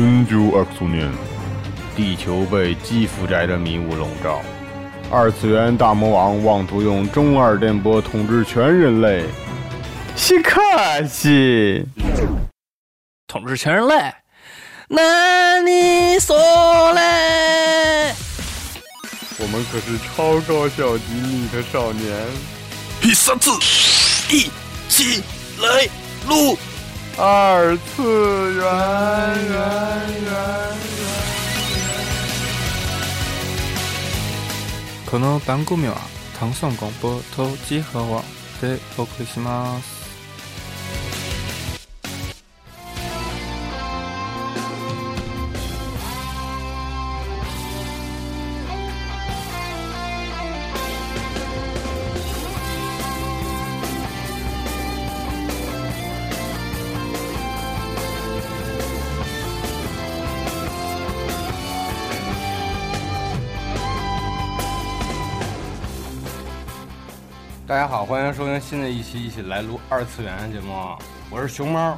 1929年，地球被基辅宅的迷雾笼罩，二次元大魔王妄图用中二电波统治全人类。西卡西， 统治全人类？那你说嘞？ 我们可是超高校级逆的少年。 第三次，一起来录二次元。 この番組はタンソン广播とジハワでお送りします。 大家好，欢迎收听新的一期一起来录二次元节目，我是熊猫。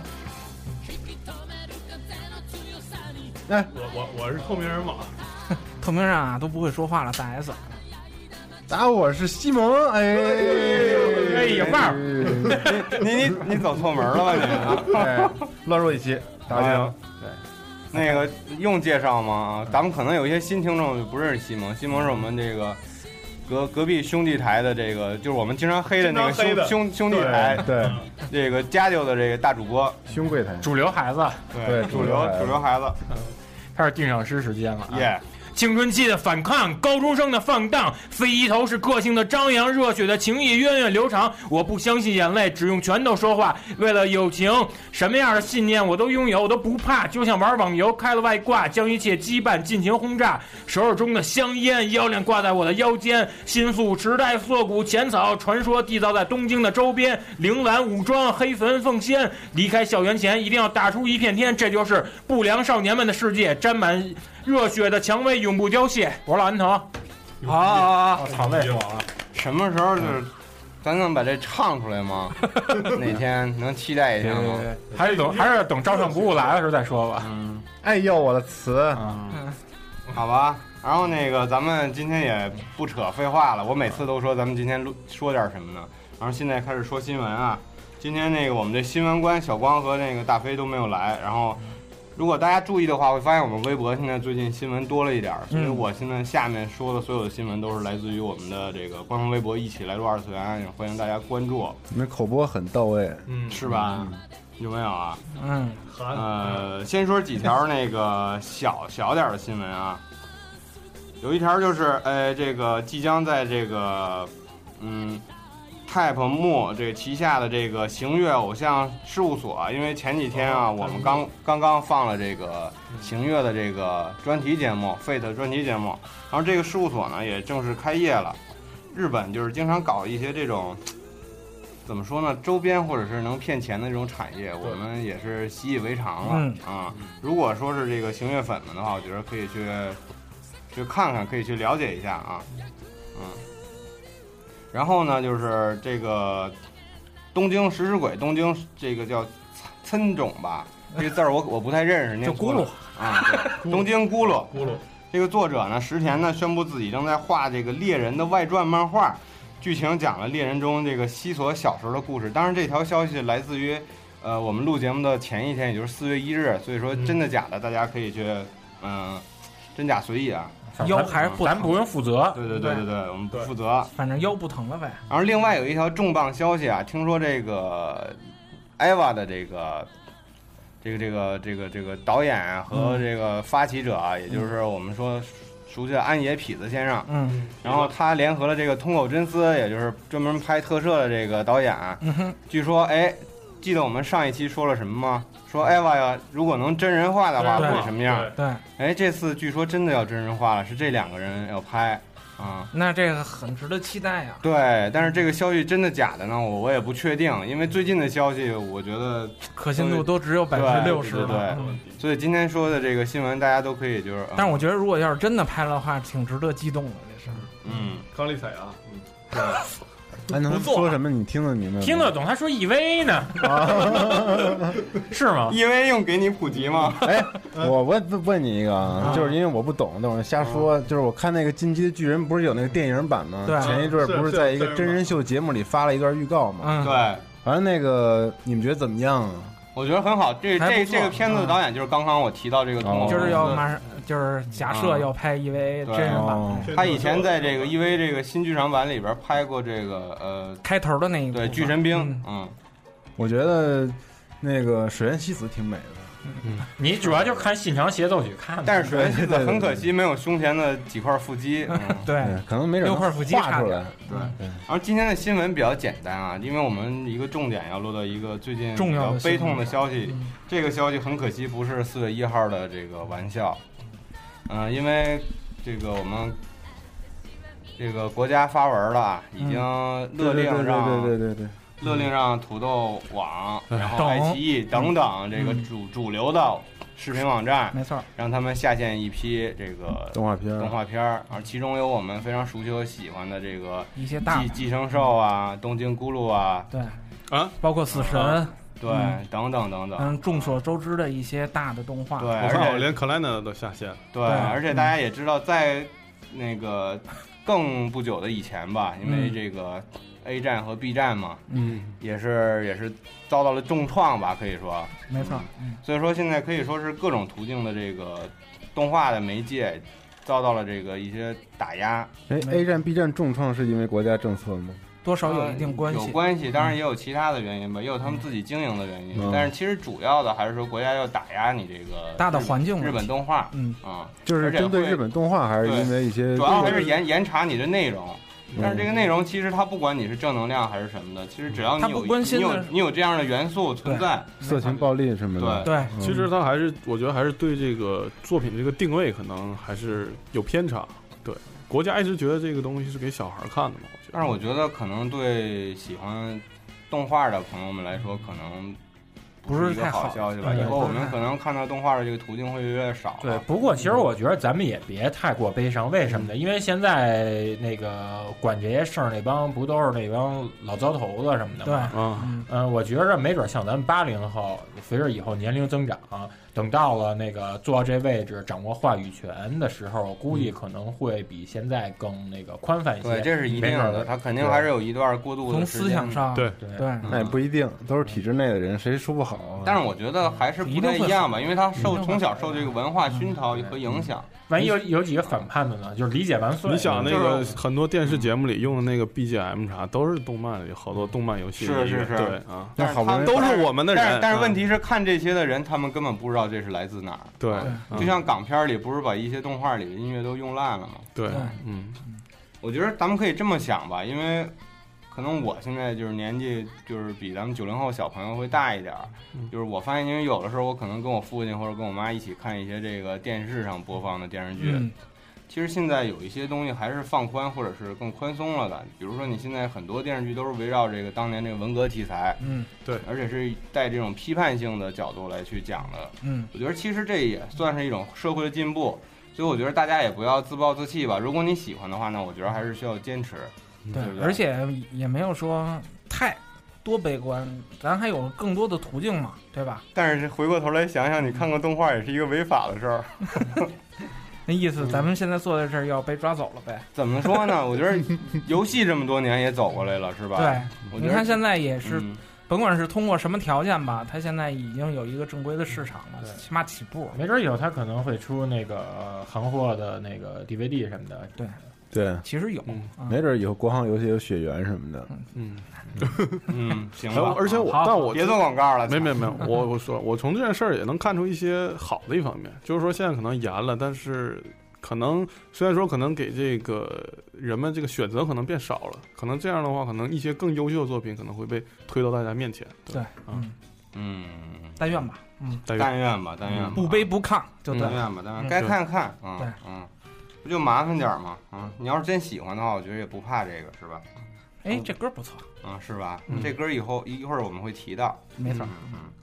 哎，我是透明人马， 透明人啊都不会说话了，大 S。 我是西蒙，哎，有范儿。 你走错门了吧你？ 哎，乱入一期，大家好。 对，那个用介绍吗？咱们可能有一些新听众不认识西蒙，西蒙是我们这个。隔壁兄弟台的这个，就是我们经常黑的那个兄弟台， 对， 这个家教的这个大主播， 兄贵台， 主流孩子， 对，主流孩子， 开始定场诗时间了， 耶。 青春期的反抗，高中生的放荡，非遗头是个性的张扬，热血的情谊源远流长。我不相信眼泪，只用拳头说话。为了友情，什么样的信念我都拥有，我都不怕。就像玩网游，开了外挂，将一切羁绊尽情轰炸。手中的香烟，腰链挂在我的腰间。新宿池袋涩谷浅草，传说缔造在东京的周边。铃兰武装，黑坟奉先。离开校园前，一定要打出一片天。这就是不良少年们的世界，沾满热血的蔷薇永不凋谢。我是老安藤。 好， 草类说啊， 什么时候就是咱能把这唱出来吗？哪天能期待一下吗？ 还是等照相不误来的时候再说吧。 哎呦我的词， 好吧。然后那个咱们今天也不扯废话了，我每次都说咱们今天说点什么呢？然后现在开始说新闻啊。今天那个我们这新闻官小光和那个大飞都没有来，然后。如果大家注意的话，会发现我们微博现在最近新闻多了一点，所以我现在下面说的所有的新闻都是来自于我们的这个官方微博，一起来录二次元，也欢迎大家关注。 你们口播很到位， 是吧？有没有啊？ 先说几条那个小点的新闻啊。有一条就是，这个即将在这个Type Mo 这个旗下的这个行月偶像事务所，因为前几天啊，我们刚刚放了这个行月的这个专题节目 Fate 专题节目，然后这个事务所呢也正式开业了。日本就是经常搞一些这种怎么说呢，周边或者是能骗钱的这种产业，我们也是习以为常了啊。如果说是这个行月粉们的话，我觉得可以去看看，可以去了解一下啊，然后呢，就是这个东京食尸鬼，东京这个叫村种吧，这个字儿我不太认识， 叫咕噜啊，东京咕噜。这个作者呢，石田呢宣布自己正在画这个猎人的外传漫画，剧情讲了猎人中这个西索小时候的故事。当然，这条消息来自于我们录节目的前一天，也就是4月1日，所以说真的假的，大家可以去真假随意啊。 腰还是咱不用负责， 对，我们不负责， 反正腰不疼了呗。 然后另外有一条重磅消息啊，听说这个 EVA 的这个导演和这个发起者啊，也就是我们说熟悉的安野痞子先生，然后他联合了这个通口真司，也就是专门拍特摄的这个导演，据说记得我们上一期说了什么吗？说EVA呀，如果能真人化的话会什么样？ 对， 这次据说真的要真人化了，是这两个人要拍啊， 那这个很值得期待呀。 对，但是这个消息真的假的呢？我也不确定，因为最近的消息我觉得可信度都只有60%。 对，所以今天说的这个新闻大家都可以就是， 但是我觉得如果要是真的拍了的话，挺值得激动的这事儿。 康利彩啊， 对。 还能说什么？你听得明白吗？ 听得懂，他说 EV 呢，是吗 ？EV 用给你普及吗？ 哎，我问你一个啊，就是因为我不懂，但我瞎说。就是我看那个《进击的巨人》不是有那个电影版吗？ 对， 前一阵不是在一个真人秀节目里发了一段预告吗？ 对， 反正那个你们觉得怎么样啊？ 我觉得很好。这个片子的导演就是刚刚我提到这个东就是要马上就是假设要拍 EV 真人版。 他以前在这个 EV 这个新剧场版里边拍过这个开头的那一部对巨神兵。 我觉得那个水原希子挺美的。 你主要就看新长协奏曲看的， 但是水原希子很可惜没有胸前的几块腹肌。 对， 可能没 6块腹肌画出来。 对。然后今天的新闻比较简单啊，因为我们一个重点要落到一个最近比较悲痛的消息。这个消息很可惜不是4月1号的这个玩笑。因为这个我们这个国家发文了，已经勒令让勒令让土豆网，然后爱奇艺等等这个主流的视频网站， 没错， 让他们下线一批这个动画片， 而其中有我们非常熟悉和喜欢的这个一些大寄生兽啊、东京咕噜啊， 对啊，包括死神。 对，等等， 众所周知的一些大的动画， 对， 而且连克莱纳都下线， 对，而且大家也知道，在那个更不久的以前吧，因为这个 A 站和 B 站嘛，也是遭到了重创吧，可以说， 没错， 所以说现在可以说是各种途径的这个动画的媒介遭到了这个一些打压。 A 站 B 站重创是因为国家政策吗？ 多少有一定关系， 有关系，当然也有其他的原因吧，也有他们自己经营的原因。但是其实主要的还是说国家要打压你这个大的环境， 日本动画， 就是针对日本动画，还是因为一些主要还是严查你的内容。但是这个内容其实它不管你是正能量还是什么的，其实只要你有这样的元素存在， 色情暴力什么的， 对， 其实它还是我觉得还是对这个作品这个定位可能还是有偏差。对，国家一直觉得这个东西是给小孩看的嘛。 但是我觉得可能对喜欢动画的朋友们来说，可能不是一个好消息吧。以后我们可能看到动画的这个途径会越来越少。 对，不过其实我觉得咱们也别太过悲伤，为什么呢？因为现在那个管这些事儿那帮不都是那帮老糟头子什么的吗？ 对， 我觉着没准像咱们80后，随着以后年龄增长，等到了那个坐到这位置掌握话语权的时候，我估计可能会比现在更那个宽泛一些。 对，这是一定的，他肯定还是有一段过渡的从思想上， 对， 那也不一定，都是体制内的人，谁说不好啊？ 但是我觉得还是不太一样吧，因为他从小受这个文化熏陶和影响。 万一有几个反叛的呢？就是理解完碎。 你想那个很多电视节目里用的那个 BGM 啥，都是动漫里好多动漫游戏。 是， 对啊， 但是他们都是我们的人。 但是问题是，看这些的人，他们根本不知道这是来自哪儿。 对， 就像港片里不是把一些动画里的音乐都用烂了吗？ 对， 我觉得咱们可以这么想吧，因为可能我现在就是年纪就是比咱们90后小朋友会大一点，就是我发现，因为有的时候我可能跟我父亲或者跟我妈一起看一些这个电视上播放的电视剧，其实现在有一些东西还是放宽或者是更宽松了的。比如说你现在很多电视剧都是围绕这个当年这个文革题材， 对， 而且是带这种批判性的角度来去讲的，我觉得其实这也算是一种社会的进步。所以我觉得大家也不要自暴自弃吧。如果你喜欢的话呢，我觉得还是需要坚持。 对，而且也没有说太多悲观，咱还有更多的途径嘛，对吧？ 但是回过头来想想，你看个动画也是一个违法的事儿。 那意思，咱们现在坐在这儿要被抓走了呗？ 怎么说呢？我觉得游戏这么多年也走过来了，是吧？ 对，你看现在也是。甭管是通过什么条件吧，它现在已经有一个正规的市场了，起码起步。 没准以后它可能会出那个行货的那个 DVD 什么的。 对， 其实有， 没准以后国行游戏有血缘什么的。 行吧。 而且我别做广告了。 没有，我说我从这件事儿也能看出一些好的一方面，就是说现在可能严了，但是。可能虽然说可能给这个人们这个选择可能变少了，可能这样的话，可能一些更优秀的作品可能会被推到大家面前。 对，但愿吧， 但愿吧， 不卑不亢，就但愿吧，该看看，不就麻烦点嘛，你要是真喜欢的话，我觉得也不怕这个，是吧？ 哎，这歌不错， 是吧？这歌以后一会儿我们会提到， 没错，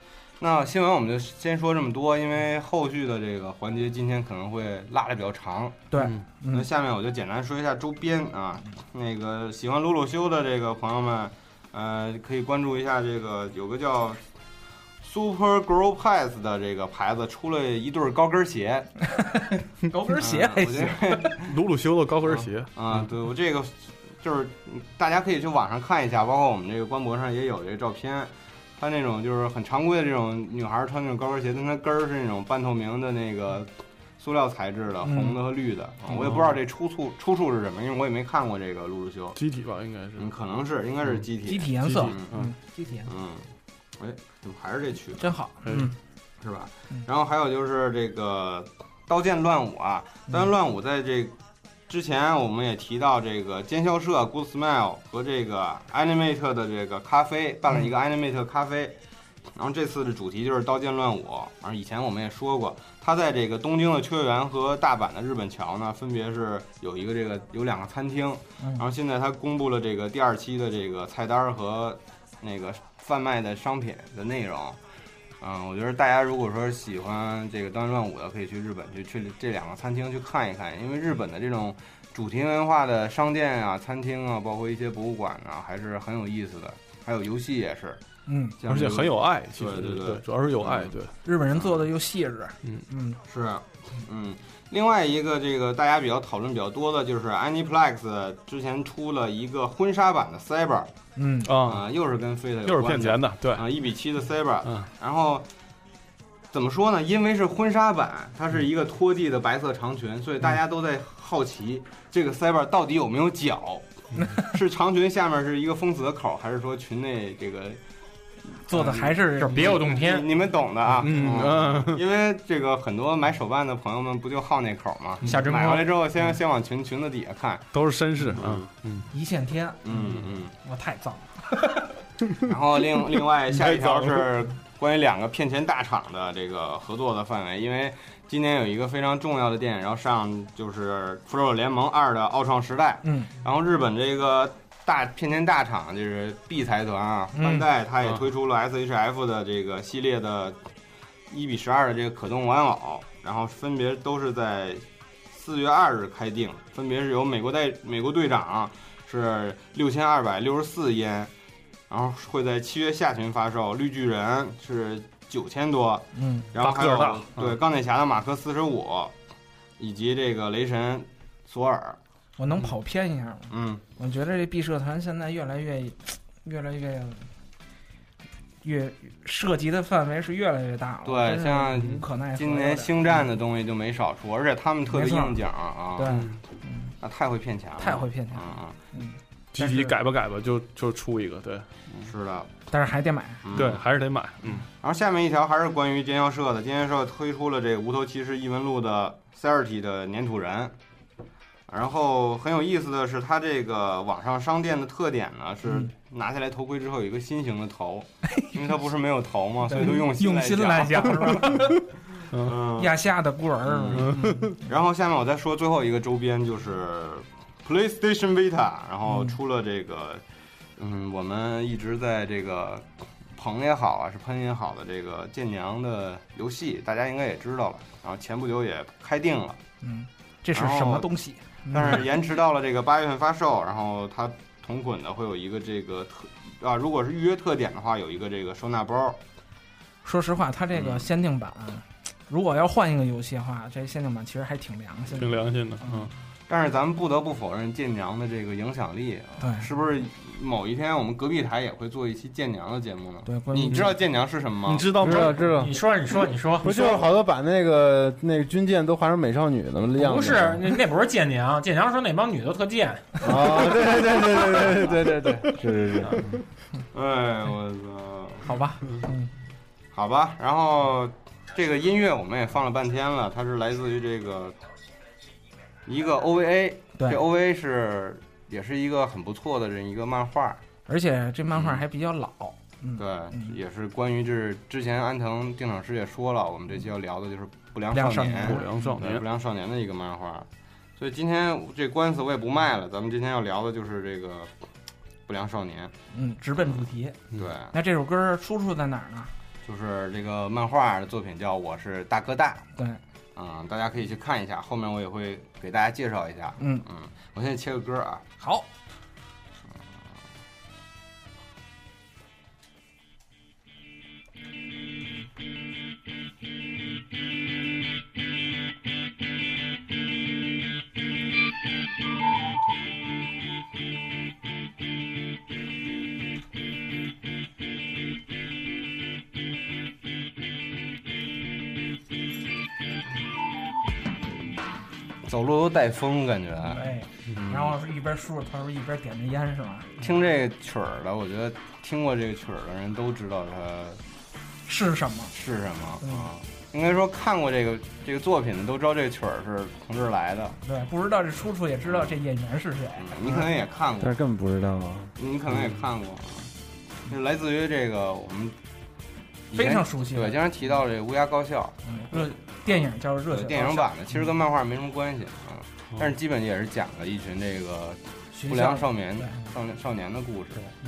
那新闻我们就先说这么多，因为后续的这个环节今天可能会拉得比较长。 对， 那下面我就简单说一下周边啊，那个喜欢鲁鲁修的这个朋友们，可以关注一下这个有个叫 Super Girl Pass 的这个牌子出了一对高跟鞋， 高跟鞋还行， 鲁鲁修的高跟鞋啊，对我这个就是大家可以去网上看一下，包括我们这个官博上也有这个照片。它那种就是很常规的这种女孩穿那种高跟鞋，但它跟儿是那种半透明的那个塑料材质的，红的和绿的。我也不知道这出处是什么，因为我也没看过这个鲁鲁修。 机体吧，应该是。 可能是，应该是机体。 机体颜色，机体颜色。 怎么还是这曲子？ 真好， 是吧？然后还有就是这个《刀剑乱舞》啊，《刀剑乱舞》在这之前我们也提到，这个尖校社 Good Smile 和这个 Animate 的这个咖啡办了一个 Animate 咖啡，然后这次的主题就是刀剑乱舞。然后以前我们也说过，它在这个东京的秋叶原和大阪的日本桥呢，分别是有两个餐厅。然后现在它公布了这个第2期的这个菜单和那个贩卖的商品的内容。我觉得大家如果说喜欢这个刀剑乱舞的，可以去日本去这2个餐厅去看一看，因为日本的这种主题文化的商店啊、餐厅啊，包括一些博物馆啊，还是很有意思的。还有游戏也是， 而且很有爱，其实对， 主要是有爱，对， 日本人做的又细致， 是，另外一个这个大家比较讨论比较多的就是 Aniplex 之前出了一个婚纱版的 Cyber， 又是跟 Fate 有关的， 又是骗钱的，对 1:7的 Cyber，然后怎么说呢？因为是婚纱版，它是一个拖地的白色长裙，所以大家都在好奇这个 Cyber 到底有没有脚，是长裙下面是一个封死的口，还是说裙内这个做的还是别有洞天， 你们懂的啊。因为这个很多买手办的朋友们不就好那口吗？买回来之后先往裙子底下看， 都是绅士一线天，我太脏了。然后另外下一条是关于2个骗钱大厂的这个合作的范围，因为今年有一个非常重要的电影要上，就是《复仇者联盟2》的奥创时代。然后日本这个骗钱大厂就是 B 财团啊，万代它也推出了 SHF 的这个系列的1:12的这个可动玩偶，然后分别都是在4月2日开定，分别是由美国队长是6264yen，然后会在7月下旬发售，绿巨人是9000多，然后还有对钢铁侠的马克45，以及这个雷神索尔。 我能跑偏一下吗？我觉得这 B 社团现在越来越涉及的范围是越来越大了。 对，像无可奈何。 今年星战的东西就没少出，而且他们特别应景啊。 对， 那太会骗钱了， 太会骗钱了。 集体改吧就出一个，对， 是的， 但是还得买， 对，还是得买。 然后下面一条还是关于尖校社的，尖校社推出了这个无头骑士异闻录的 Cerity 的粘土人。然后很有意思的是，它这个网上商店的特点呢是拿下来头盔之后有一个新型的头，因为它不是没有头嘛，所以都用心来讲是吧？亚夏的孤儿。 然后下面我再说最后一个周边，就是 PlayStation Vita， 然后出了这个，我们一直在这个捧也好啊，是喷也好的这个剑娘的游戏，大家应该也知道了。然后前不久也开定了， 这是什么东西？ 但是延迟到了这个8月份发售，然后它同捆的会有一个这个如果是预约特点的话，有一个这个收纳包。 说实话，它这个限定版，如果要换一个游戏的话，这限定版其实还挺良心的， 但是咱们不得不否认剑娘的这个影响力， 对， 是不是某一天我们隔壁台也会做一期剑娘的节目呢？ 对， 你知道剑娘是什么吗？ 你知道吗？ 知道。 你说， 不就是好多把那个军舰都画成美少女的样子？ 不是，那不是剑娘，剑娘说那帮女的特贱。 对，是。 哎，我操！ 好吧， 好吧。然后这个音乐我们也放了半天了，它是来自于这个一个 OVA， 这 OVA 也是一个很不错的这一个漫画， 而且这漫画还比较老。 对，也是关于之前安藤定场师也说了，我们这期要聊的就是不良少年的一个漫画。所以今天这官司我也不卖了，咱们今天要聊的就是这个不良少年。 直奔主题。 对。 那这首歌出处在哪儿呢？ 就是这个漫画的作品叫《我是大哥大》。 对， 大家可以去看一下，后面我也会给大家介绍一下。我现在切个歌啊。 好。 走路都带风，感觉。 哎，然后一边梳着头一边点着烟是吧？ 听这个曲儿的，我觉得听过这个曲儿的人都知道它是什么啊。应该说看过这个作品的都知道这个曲儿是从这儿来的。 对，不知道这叔叔也知道这演员是谁。 你可能也看过， 但是根本不知道。 你可能也看过，是来自于这个我们非常熟悉的， 对，经常提到这个乌鸦高校。 电影叫《热血》， 电影版的，其实跟漫画没什么关系啊，但是基本也是讲了一群这个不良少年的故事。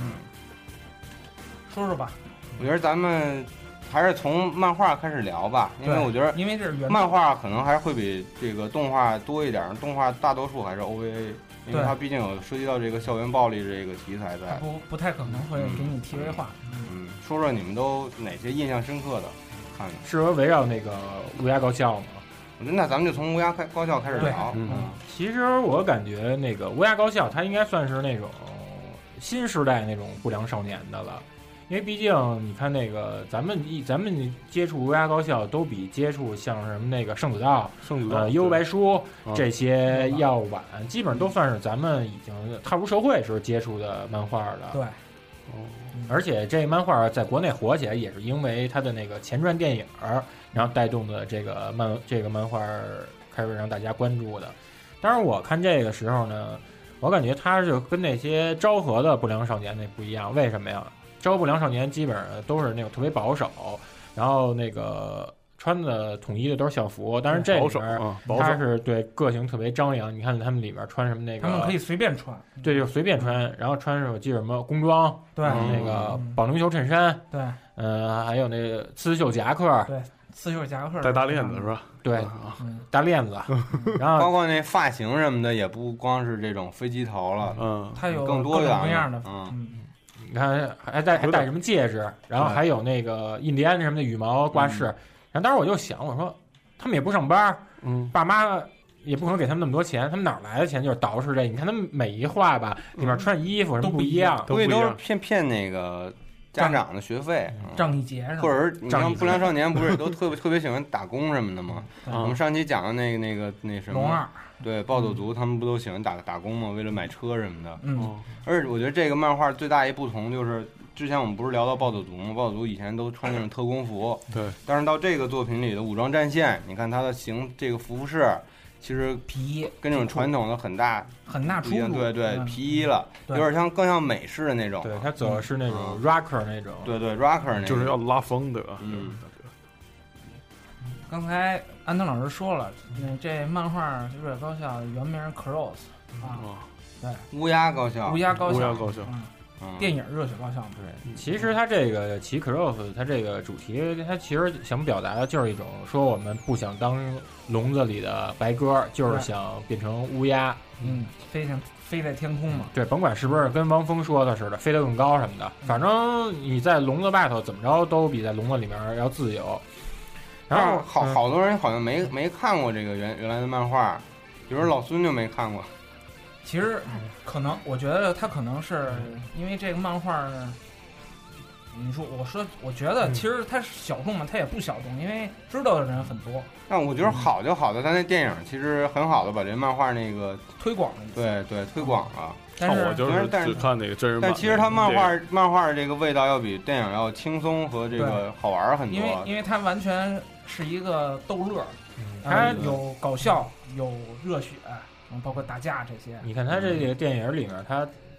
说说吧。 我觉得咱们还是从漫画开始聊吧，因为我觉得， 因为这是漫画可能还是会比这个动画多一点，动画大多数还是 OVA， 因为它毕竟有涉及到这个校园暴力这个题材在， 不太可能会给你 TV 化。 说说你们都哪些印象深刻的？看适合围绕那个乌鸦高校吗？ 我觉得那咱们就从乌鸦高校开始聊。 其实我感觉那个乌鸦高校它应该算是那种新时代那种不良少年的了，因为毕竟你看那个咱们接触乌鸦高校都比接触像什么那个圣子道、幽白书这些要晚，基本上都算是咱们已经踏入社会时候接触的漫画了。 对。 而且这漫画在国内火起来也是因为它的那个前传电影，然后带动的这个漫画开始让大家关注的。当然我看这个时候呢，我感觉它就跟那些昭和的不良少年那不一样。为什么呀？昭和不良少年基本上都是那种特别保守，然后那个穿的统一的都是校服，但是这里面他是对个性特别张扬。你看他们里面穿什么那个， 他们可以随便穿， 对，就随便穿，然后穿我记得什么工装， 对， 那个保龄球衬衫， 对， 还有那个刺绣夹克， 对，刺绣夹克带大链子是吧？ 对，大链子，然后包括那发型什么的，也不光是这种飞机头了， 它有更多样的， 你看还戴什么戒指，然后还有那个印第安什么的羽毛挂饰。然后当时我就想，我说他们也不上班，爸妈也不可能给他们那么多钱，他们哪来的钱？就是捯饬这。你看他们每一画吧，里面穿衣服什么不一样， 估计都是骗那个家长的学费， 仗义节上， 或者是你像不良少年不是都特别喜欢打工什么的吗？我们上期讲的那什么龙二， 对，暴走族他们不都喜欢打工吗？为了买车什么的。而且我觉得这个漫画最大一不同就是。之前我们不是聊到暴走族吗？暴走族以前都穿那种特工服， 对。 但是到这个作品里的武装战线，你看它的这个服饰，其实皮衣跟这种传统的很大出入。 对，皮衣了，有点像更像美式的那种。 对，它走的是那种 rocker 那种。 对 rocker 那种， 就是要拉风的。 刚才安藤老师说了，这漫画《热血高校》原名 Cross 对， 乌鸦高校。 电影《热血高校》 对，其实它这个奇 Cross， 它这个主题，它其实想表达的就是一种说我们不想当笼子里的白鸽，就是想变成乌鸦， 飞在天空嘛。 对，甭管是不是跟汪峰说的似的，飞得更高什么的，反正你在笼子外头怎么着都比在笼子里面要自由。然后好多人好像没看过这个原来的漫画，比如老孙就没看过。 其实可能，我觉得他可能是因为这个漫画，我觉得其实它小众嘛，它也不小众，因为知道的人很多。 但我觉得好就好在他那电影其实很好的把这漫画那个推广了一次，对，推广了。 但是我就是只看那个真人版， 但其实他漫画这个味道要比电影要轻松和这个好玩很多。 因为它完全是一个逗乐，它有搞笑，有热血。包括打架这些， 你看他这个电影里面，他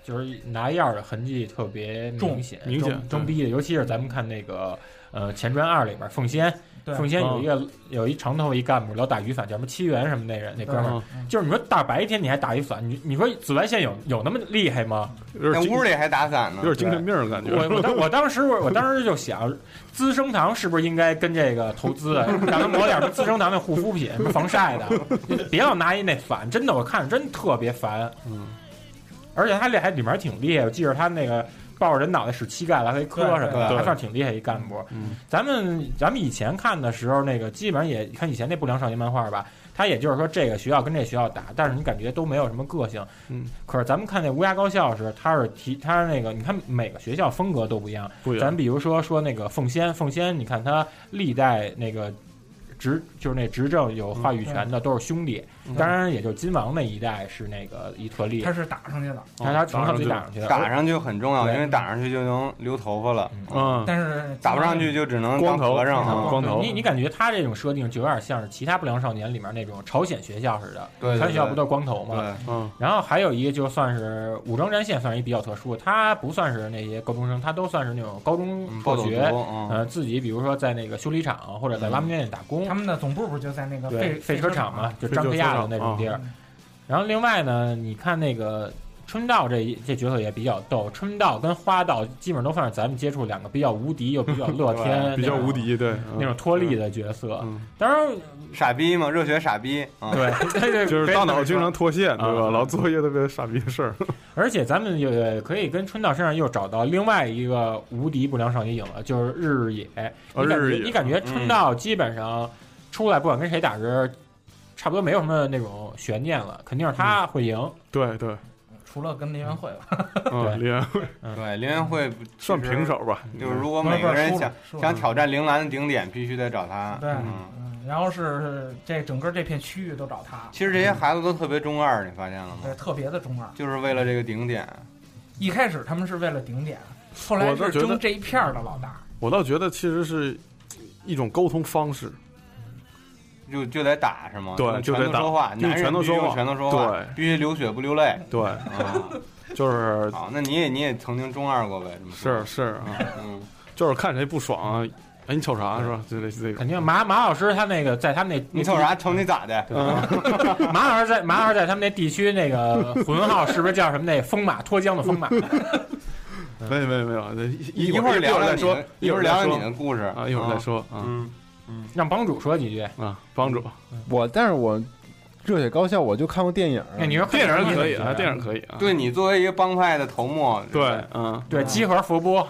就是拿样的痕迹特别明显，装逼的，尤其是咱们看那个前传2里边凤仙。凤仙有一长头一干部老打雨伞，叫什么七元什么那人那哥们儿，就是你说大白天你还打雨伞，你说紫外线有那么厉害吗？ 那屋里还打伞呢， 有点精神病的感觉。 我当时就想，资生堂是不是应该跟这个投资，让他抹点资生堂的护肤品，什么防晒的，别老拿一那伞，真的我看着真特别烦。而且他这还里面挺厉害，我记着他那个。抱着人脑袋使膝盖来回磕什么的，还算挺厉害一干部。咱们以前看的时候，那个基本上也看以前那不良少年漫画吧，他也就是说这个学校跟这个学校打，但是你感觉都没有什么个性。可是咱们看那乌鸦高校时，他那个，你看每个学校风格都不一样。咱比如说那个凤仙，你看他历代那个。就是那执政有话语权的都是兄弟，当然也就金王那一代是那个一特例， 他是打上去的， 他从他自己打上去的， 打上去很重要，因为打上去就能留头发了， 但是打不上去就只能当和尚， 光头。 你感觉他这种设定就有点像是其他不良少年里面那种朝鲜学校似的， 对， 朝鲜学校不都是光头吗？然后还有一个就算是武装战线，算是一比较特殊，他不算是那些高中生，他都算是那种高中辍学，自己比如说在那个修理厂或者在拉面店打工， 他们的总部不就在那个废车厂嘛，就张克亚的那种地儿。然后另外呢，你看那个春道这角色也比较逗，春道跟花道基本上都算是咱们接触两个比较无敌又比较乐天、 比较无敌对那种脱力的角色。当然傻逼嘛，热血傻逼， 对， 就是大脑经常脱线，对吧？老做一些特别傻逼的事儿。 而且咱们也可以跟春道身上又找到另外一个无敌不良少年影了，就是日野。你感觉春道基本上出来不管跟谁打时，差不多没有什么那种悬念了，肯定是他会赢。 对对。 除了跟林元会吧， 林元会， 对林元会算平手吧。 就是如果每个人想挑战铃兰的顶点，必须得找他。 对，然后是这整个这片区域都找他。 其实这些孩子都特别中二，你发现了吗？ 对，特别的中二， 就是为了这个顶点。 一开始他们是为了顶点，后来是争这一片的老大。 我倒觉得其实是一种沟通方式。 就得打是吗？ 对，就得打。 说话，男人全都说话， 全都说话， 对， 必须流血不流泪。 对，就是好，那你也曾经中二过呗？ 是啊，就是看谁不爽，哎，你瞅啥是吧？就类似这个。 肯定马老师他那个在他们你瞅啥？瞅你咋的？ 马老师在他们那地区那个浑号是不是叫什么那风马脱缰的风马？ 没有， 一会儿聊聊说，一会儿聊聊你的故事啊，一会儿再说啊。 让帮主说几句啊，帮主， 但是我热血高校我就看过电影， 你说电影可以啊，电影可以啊。 对你作为一个帮派的头目， 对， 对，集合佛波。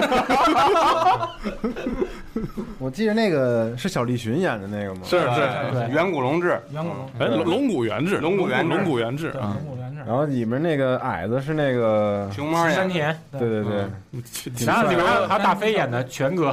我记得那个是小栗旬演的那个吗？ 是， 远古龙志， 龙骨原志， 龙骨原志啊。 然后里面那个矮子是那个熊猫山田， 对。 然后里面还有大飞演的全哥。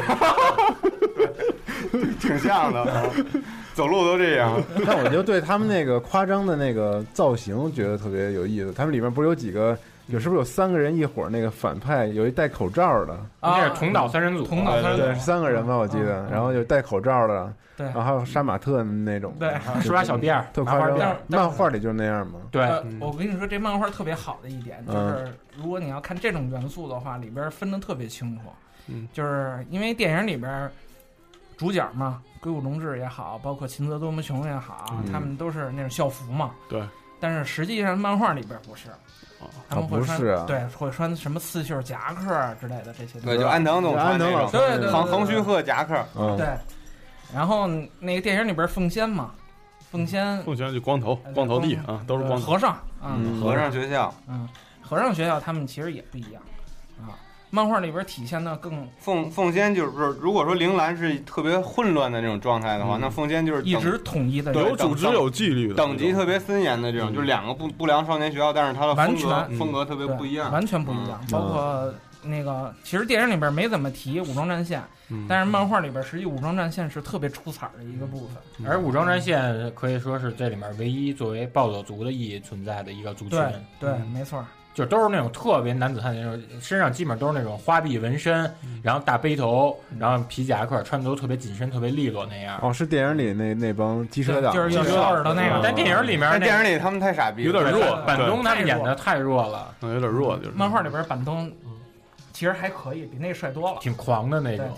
挺像的，走路都这样。 但我就对他们那个夸张的那个造型觉得特别有意思。他们里面不是有几个，是不是有3个人一伙儿？那个反派有一戴口罩的， 那是同岛三人组， 对，3个人吧，我记得。然后有戴口罩的， 对， 然后还有杀马特那种， 对，梳把小辫儿， 特夸张。漫画里就是那样嘛。 对， 我跟你说，这漫画特别好的一点就是，如果你要看这种元素的话，里边分得特别清楚。就是因为电影里边。主角嘛，龟谷隆志也好，包括秦泽多摩雄也好，他们都是那种校服嘛。 对。 但是实际上漫画里边不是，他们会穿对，会穿什么刺绣夹克之类的这些。 对，就安藤总穿那种， 对， 横须贺夹克。 对。然后那个电影里边凤仙嘛，凤仙就光头弟啊，都是光头和尚和尚学校， 和尚学校他们其实也不一样啊。漫画里边体现的更凤仙就是，如果说铃兰是特别混乱的那种状态的话，那凤仙就是一直统一的， 有组织有纪律的， 等级特别森严的这种，就是2个不良少年学校，但是它的风格特别不一样， 完全不一样。包括那个，其实电影里边没怎么提武装战线，但是漫画里边实际武装战线是特别出彩的一个部分。 而武装战线可以说是这里面唯一作为暴走族的意义存在的一个族群。 对，没错。 就都是那种特别男子汉那种，身上基本上都是那种花臂纹身，然后大背头，然后皮夹克，穿的都特别紧身、特别利落那样。 哦，是电影里那帮鸡舍党， 就是有耳朵那个。 但电影里面， 电影里他们太傻逼， 有点弱。 板东他们演的太弱了， 有点弱，就是。 漫画里边板东其实还可以，比那个帅多了， 挺狂的那种。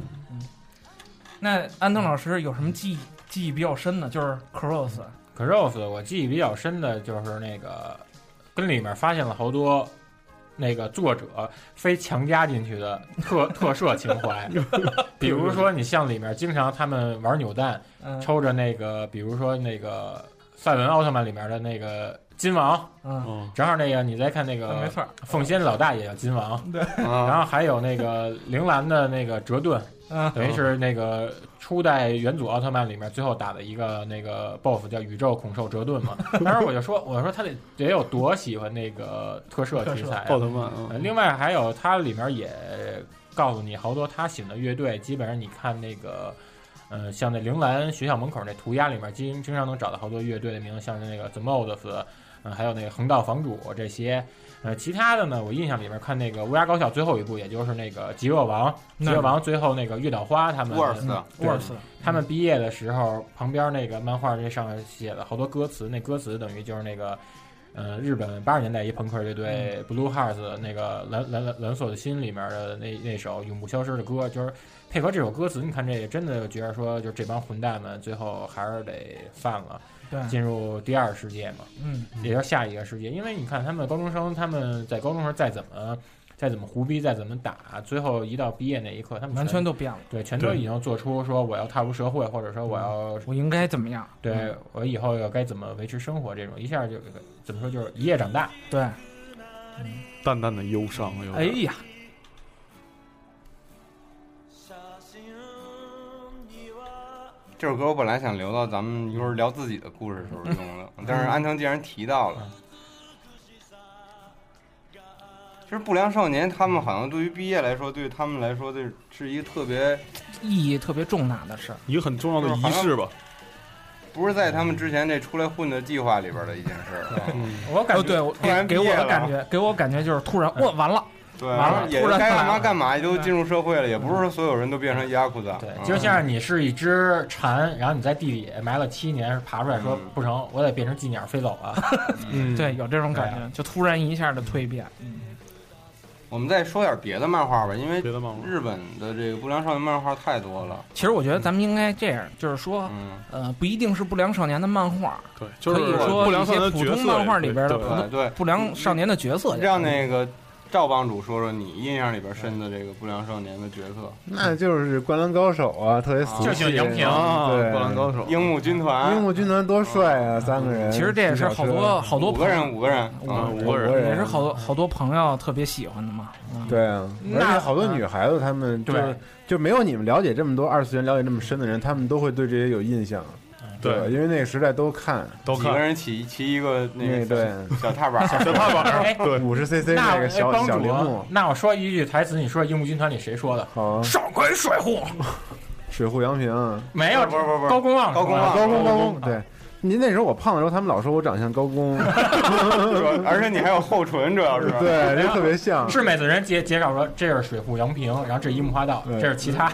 那安东老师有什么记忆比较深的？就是 Cross， 我记忆比较深的就是那个。跟里面发现了好多那个作者非强加进去的特摄情怀，比如说你像里面经常他们玩扭蛋，抽着那个，比如说那个赛文奥特曼里面的那个金王，正好那个你再看那个没错， 凤仙老大也叫金王， 对， 然后还有那个铃兰的那个折盾，等于是那个初代元祖奥特曼里面最后打的一个那个 BOSS 叫宇宙恐兽折盾嘛。当时我说他得有多喜欢那个特摄题材奥特曼。 另外还有他里面也告诉你好多他喜欢的乐队，基本上你看那个像那铃兰学校门口那涂鸦里面经常能找到好多乐队的名字，像是那个 The Mods，还有那个横道房主这些。其他的呢，我印象里面看那个乌鸦高校最后一部，也就是那个极恶王最后那个月岛花他们沃尔斯他们毕业的时候，旁边那个漫画这上面写了好多歌词，那歌词等于就是那个日本80年代一朋克乐队 Blue Hearts 那个蓝色的心里面的那首永不消失的歌，就是配合这首歌词，你看这也真的觉得说，就这帮混蛋们最后还是得犯了。进入第二世界嘛，也就是下一个世界。因为你看他们高中生，他们在高中时再怎么胡逼，再怎么打，最后一到毕业那一刻，他们完全都变了。 对，全都已经做出说我要踏入社会，或者说我应该怎么样？ 对，我以后要该怎么维持生活，这种一下就怎么说，就是一夜长大。 对， 淡淡的忧伤。 哎呀。 这首歌我本来想留到咱们一会儿聊自己的故事的时候用的，但是安藤既然提到了，其实不良少年他们好像对于毕业来说，对于他们来说，这是一个特别意义特别重大的事儿， 一个很重要的仪式吧。 不是在他们之前这出来混的计划里边的一件事。 我感觉对，给我感觉就是突然完了。 对，完了也该干嘛干嘛，也都进入社会了，也不是说所有人都变成ヤクザ。 对，就像你是一只蝉，然后你在地里埋了7年，爬出来说不成，我得变成寄鸟飞走了。 对，有这种感觉，就突然一下的蜕变。 我们再说点别的漫画吧，因为日本的这个不良少年漫画太多了。 其实我觉得咱们应该这样，就是说，不一定是不良少年的漫画， 对，就是可以说不良少年一些普通漫画里边的对不良少年的角色， 让那个。赵帮主说说你印象里边深的这个不良少年的角色， 那就是《灌篮高手》啊，特别俗气。 就像杨平， 对，《 灌篮高手》、 樱木军团， 樱木军团多帅啊！3个人， 其实这也是好多五个人， 也是好多朋友特别喜欢的嘛。 对啊，而且好多女孩子她们就没有你们了解这么多2次元了解这么深的人，他们都会对这些有印象。对，因为那个时代都看几个人骑一个那个对小踏板， 小踏板，对 ，50cc 那个小铃木。 那我说一句台词，你说樱木军团里谁说的？上官水户， 水户洋平没有， 不高公望， 高公，对。您那时候我胖的时候，他们老说我长相高公， 而且你还有厚唇，主要是对，这特别像。 是每次人介绍说这是水户洋平，然后这是樱木花道，这是其他，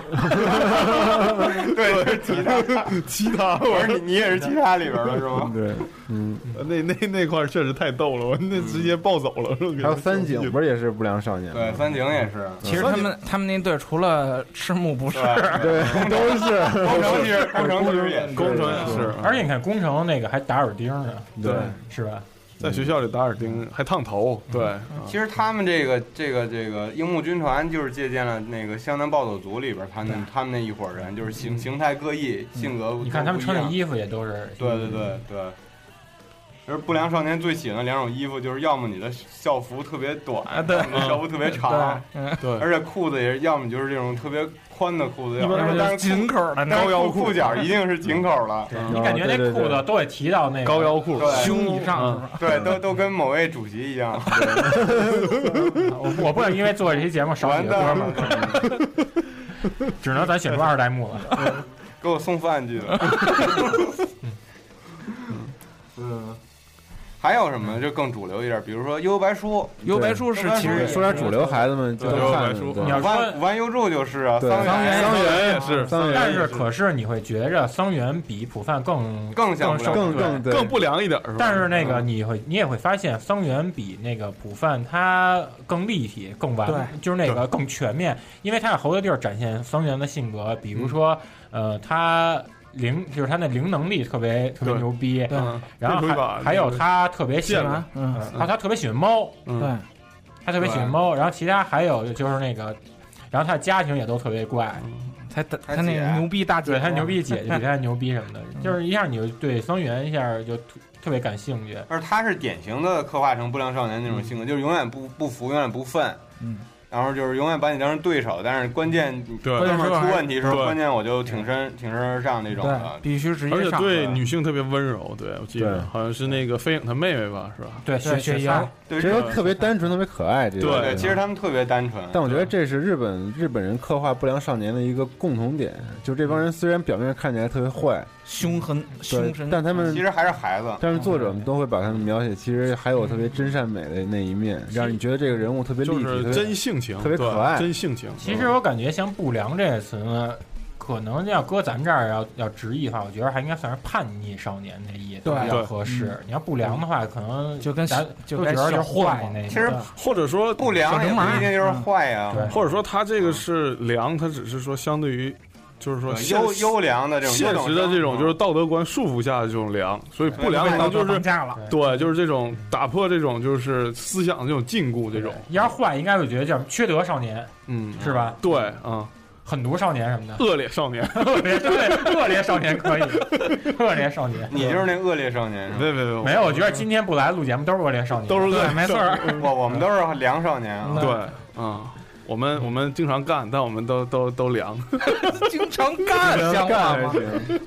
对，是其他。我说你也是其他里边的是吗？ 对， 那块确实太逗了，我那直接暴走了。 还有三井不是也是不良少年？ 对，三井也是。 其实他们那队除了赤木不是， 对，都是工程也是， 而且你看工程。那个还打耳钉呢， 对， 是吧？ 在学校里打耳钉，还烫头，对。 其实他们这个樱木军团就是借鉴了那个湘南暴走族里边他们那一伙人，就是形态各异，性格你看他们穿的衣服也都是， 对。而不良少年最喜欢的2种衣服，就是要么你的校服特别短， 对， 校服特别长， 对， 而且裤子也是，要么就是这种特别宽的裤子， 但是紧口的高腰裤脚一定是紧口的。 你感觉那裤子都得提到那个高腰裤， 胸以上， 对，都跟某位主席一样。 我不能因为做这期节目少你的歌吗？只能咱选出2代目了。 给我送饭去了。 还有什么就更主流一点，比如说幽白书， 幽白书是其实说点主流孩子们就幽看白书， 你要说五万幽助就是啊， 桑园也是， 但是可是你会觉着桑园比普范更像更不良一点是吧？ 但是那个你也会发现桑园比那个普范它更立体、更完，就是那个更全面，因为它有好多地儿展现桑园的性格，比如说他。就是他那灵能力特别牛逼， 对， 然后还有他特别喜欢，他特别喜欢猫， 对， 他特别喜欢猫，然后其他还有就是那个，然后他的家庭也都特别怪， 他那个牛逼大姐， 对他牛逼姐姐比他牛逼什么的，就是一下你就对桑园一下就特别感兴趣， 而他是典型的刻画成不良少年那种性格，就是永远不服，永远不忿，然后就是永远把你当成对手，但是关键出问题时候，关键我就挺身而上那种的， 必须直接上。 而且对女性特别温柔，对我记得好像是那个飞影她妹妹吧，是吧？ 对，雪莹， 其实特别单纯，特别可爱。 对，其实他们特别单纯。 但我觉得这是日本人刻画不良少年的一个共同点，就这帮人虽然表面看起来特别坏、 凶神， 但他们其实还是孩子。 但是作者们都会把他们描写，其实还有特别真善美的那一面，让你觉得这个人物特别立体， 就是真性情， 特别可爱， 真性情。 其实我感觉像不良这个词呢，可能要搁咱这儿要直译的话，我觉得还应该算是叛逆少年那意思比较合适。你要不良的话，可能就跟咱就觉得就是坏那。 其实或者说不良也不一定就是坏呀， 或者说他这个是良，他只是说相对于。就是说优良的这种现实的这种就是道德观束缚下的这种良，所以不良可能就是对，就是这种打破这种就是思想的这种禁锢，这种要是坏应该会觉得叫缺德少年，是吧？ 对啊， 狠毒少年什么的， 恶劣少年， 恶劣少年可以，恶劣少年， 你就是那恶劣少年， 没有，我觉得今天不来录节目都是恶劣少年， 都是对，没错， 我们都是良少年， 对，我们经常干，但我们都凉。 经常干，像话吗？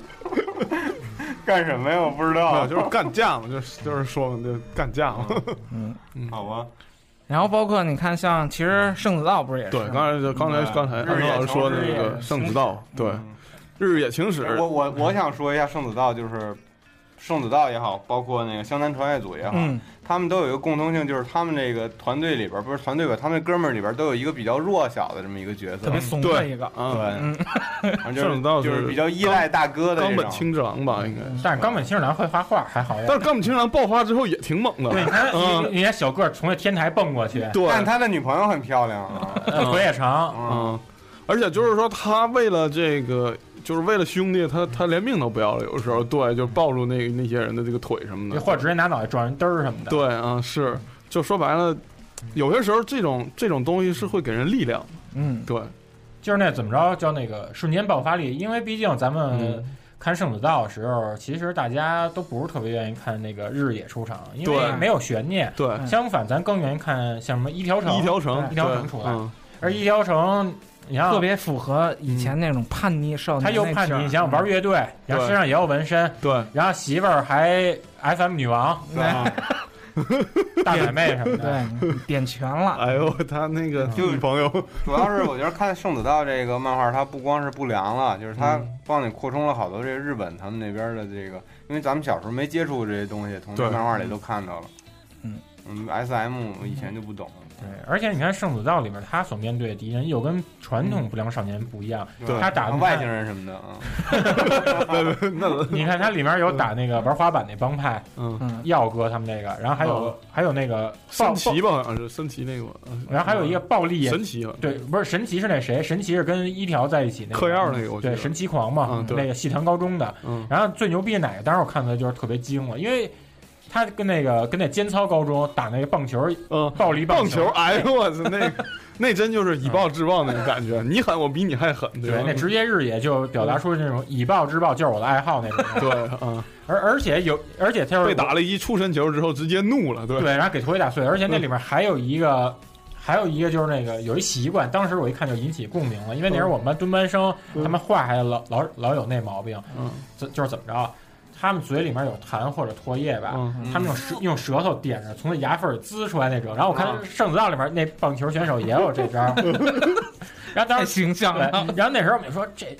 干什么呀？我不知道， 就是干架嘛，就是说就干架嘛。 好吧。 然后包括你看，像其实圣子道不是也是？ 对，刚才安藤老师说的那个圣子道，对，日野晴史。 我想说一下圣子道，就是圣子道也好，包括那个湘南传爱组也好。他们都有一个共通性，就是他们这个团队里边，不是团队吧，他们哥们儿里边都有一个比较弱小的这么一个角色， 特别怂的一个， 对，就是比较依赖大哥的冈本清治郎吧，应该。 但是冈本清治郎会画画还好呀。 但是冈本清治郎爆发之后也挺猛的， 对，你看小个儿从那天台蹦过去， 对， 但他的女朋友很漂亮啊， 腿也长， 而且就是说他为了这个。就是为了兄弟，他连命都不要了，有时候对，就抱住那些人的这个腿什么的， 或者直接拿脑袋撞人嘚儿什么的。 对啊，是，就说白了，有些时候这种东西是会给人力量。对， 就是那怎么着叫那个瞬间爆发力，因为毕竟咱们看圣子道的时候，其实大家都不是特别愿意看那个日野出场，因为没有悬念。 对， 相反，咱更愿意看像什么一条城出来，而一条城。你看， 特别符合以前那种叛逆少年。 他又叛逆，你想玩乐队，然后身上也有纹身， 对， 然后媳妇儿还 FM 女王，大奶妹什么的，对，点全了。 哎呦，他那个女朋友， 主要是我觉得看圣子道这个漫画，它不光是不良了，就是它帮你扩充了好多这个日本他们那边的这个，因为咱们小时候没接触这些东西，从这漫画里都看到了。SM 以前就不懂。 对，而且你看《圣子道》里面，他所面对的敌人又跟传统不良少年不一样，他打外星人什么的啊。 你看他里面有打那个玩滑板那帮派，耀哥他们那个，然后还有那个神奇吧，好像是神奇那个， 然后还有一个暴力神奇， 对，不是神奇是那谁？神奇是跟一条在一起那个嗑药那个， 对，神奇狂嘛，那个戏坛高中的。然后最牛逼的哪个？当时我看的就是特别惊了，因为。他跟那间操高中打那个棒球，暴力棒球，哎呦我操，那真就是以暴制暴那种感觉，你狠我比你还狠，对吧？ 那直接日野就表达出那种以暴制暴就是我的爱好那种。 对， 而且他被打了一触身球之后直接怒了，对， 然后给腿打碎，而且那里面还有一个就是那个有一习惯，当时我一看就引起共鸣了，因为那时候我们班蹲班生他们话还老有那毛病，就是怎么着。他们嘴里面有痰或者唾液吧，他们用舌头点着，从那牙缝滋出来那种。然后我看圣子道里面那棒球选手也有这招，然后当时形象了。 然后那时候我们说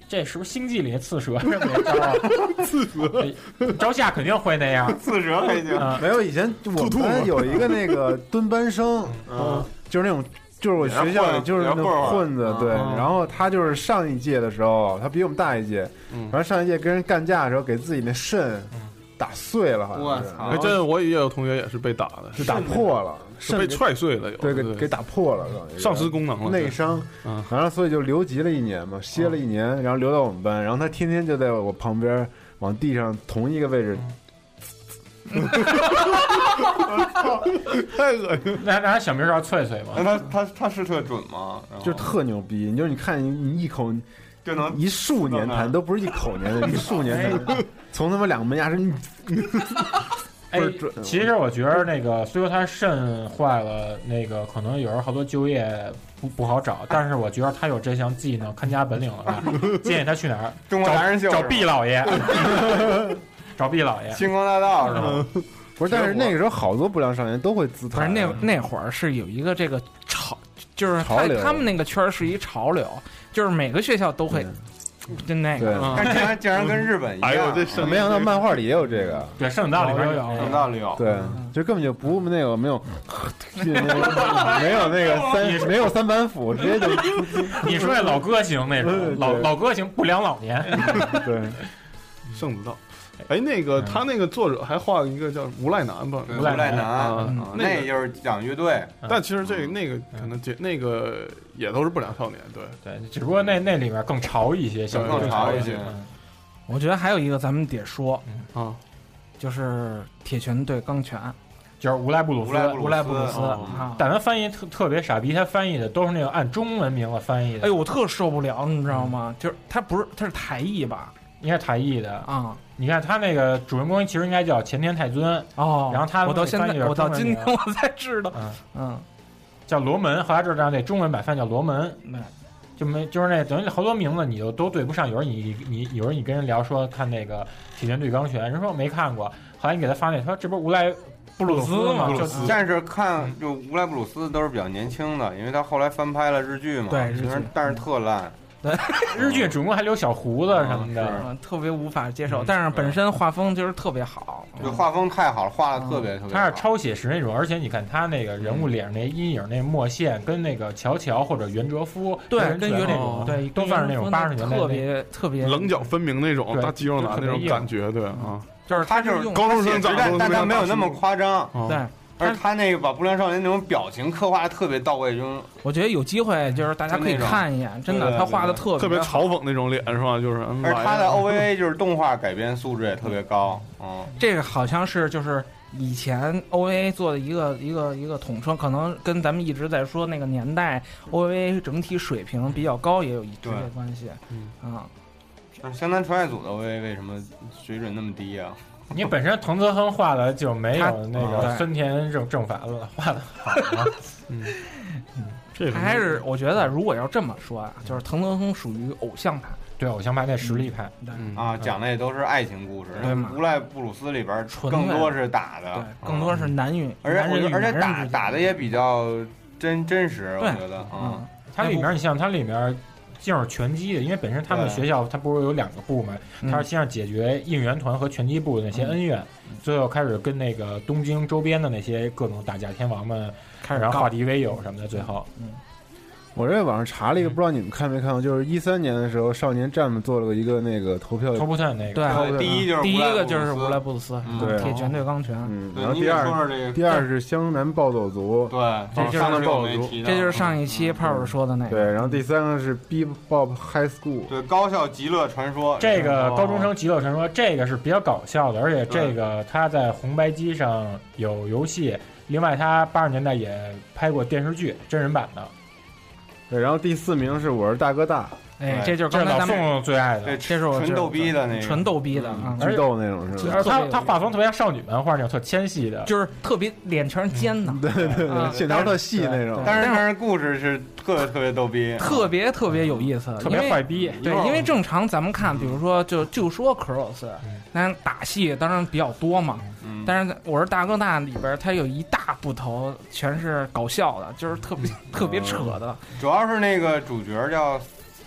这是不是星际里刺蛇这么一招啊？刺蛇，朝夏肯定会那样。 刺蛇还行， 没有以前我们有一个那个蹲班生，就是那种。就是我学校里就是那种混子，对，然后他就是上一届的时候，他比我们大一届，然后上一届跟人干架的时候，给自己那肾打碎了，好像是。 哎，这我也有同学也是被打的， 是打破了， 是被踹碎了，有对，给打破了， 丧失功能了， 内伤，完了，所以就留级了1年嘛，歇了1年，然后留到我们班，然后他天天就在我旁边往地上同一个位置。 太恶心！ 那小名叫翠翠吗？ 那他是特准吗？ 就是特牛逼，你看你一口就能一数年谈，都不是一口年的，一数年谈，从他妈2个门牙是。 哎，其实我觉得那个，虽说他肾坏了，那个可能有时候好多就业不好找，但是我觉得他有这项技能、看家本领了吧？建议他去哪儿？ 中国达人秀找毕老爷。找毕老爷， 星光大道是吧？ 不是，但是那个时候好多不良少年都会自残。 不是那会儿是有一个这个就是他们那个圈是一潮流，就是每个学校都会，就那个。 但竟然跟日本一样， 哎呦，这没想到漫画里也有这个。 对，圣道里边有， 圣道里有。 对，就根本就不那个没有那个没有3板斧，直接就。 你说那老歌型那种老歌型不良老年。 对， 圣子道。哎，那个他那个作者还画了一个叫无赖男吧？ 无赖男，那就是讲乐队。 但其实那个可能那个也都是不良少年， 对，只不过那里面更潮一些， 更潮一些。 我觉得还有一个咱们得说啊， 就是铁拳对钢拳， 就是乌莱布鲁斯啊。 但他翻译特别傻逼，他翻译的都是那个按中文名字翻译的。 哎呦，我特受不了，你知道吗？就是他是台译吧？ 应该是台译的啊。 你看他那个主人公其实应该叫前田太尊哦， 然后他我到今天我才知道， 叫罗门，后来知道那中文版翻叫罗门，就是那等于好多名字你就都对不上。有时候你跟人聊说看那个铁拳对钢拳，人说我没看过，后来你给他发那说这不是乌莱布鲁斯吗？ 但是就乌莱布鲁斯都是比较年轻的，因为他后来翻拍了日剧嘛， 对， 但是特烂。 对， 日剧主人公还留小胡子什么的， 特别无法接受。但是本身画风就是特别好， 就画风太好了，画的特别好。 他是超写实那种，而且你看他那个人物脸上那阴影、那墨线，跟那个乔或者袁哲夫， 对，跟那种，对，都算是那种80年代特别棱角分明那种大肌肉男那种感觉，对啊， 就是他就是高中生长， 但他没有那么夸张， 对。 而他那个把不良少年那种表情刻画的特别到位，就我觉得有机会就是大家可以看一眼，真的他画的特别嘲讽那种脸是吧？就是， 而他的 OVA 就是动画改编素质也特别高， 这个好像是就是以前 OVA 做的一个统称，可能跟咱们一直在说那个年代 OVA 整体水平比较高也有直接关系， 但是湘南纯爱组的 OVA 为什么水准那么低啊？ 你本身藤泽亨画的就没有那个森田正法了画的好吗？ 这还是我觉得，如果要这么说啊，就是藤泽亨属于偶像派， 对偶像派那实力派啊，讲的也都是爱情故事。 对嘛？ 无赖布鲁斯里边更多是打的， 对，更多是男女， 而且打的也比较真实，我觉得它里面你像它里面。就是拳击的，因为本身他们学校它不是有2个部嘛，它是先是解决应援团和拳击部的那些恩怨，最后开始跟那个东京周边的那些各种打架天王们开始然后化敌为友什么的，最后我这网上查了一个，不知道你们看没看过，就是13年的时候，少年战们做了一个那个投票 ，Top 10那个， 对， 第一个就是乌莱布鲁斯， 对， 铁拳对钢拳， 然后第二是湘南暴走族， 对， 湘南暴走族， 这就是上一期炮儿说的那个， 对，然后第3个是 Bebop High School， 对，高校极乐传说， 这个高中生极乐传说，这个是比较搞笑的，而且这个他在红白机上有游戏，另外他80年代也拍过电视剧真人版的。 对，然后第4名是我是大哥大， 哎，这就是刚才咱们最爱的， 这是我纯逗逼的那个， 纯逗逼的， 巨逗那种是吧？ 他画风特别像少女漫画那种特纤细的， 就是特别脸全是尖的， 对，线条特细那种。 但是故事是特别逗逼， 特别有意思， 特别坏逼。 对，因为正常咱们看，比如说就说 Cross， 那打戏当然比较多嘛。但是我是大哥大里边，它有一大部头全是搞笑的，就是特别扯的。 主要是那个主角叫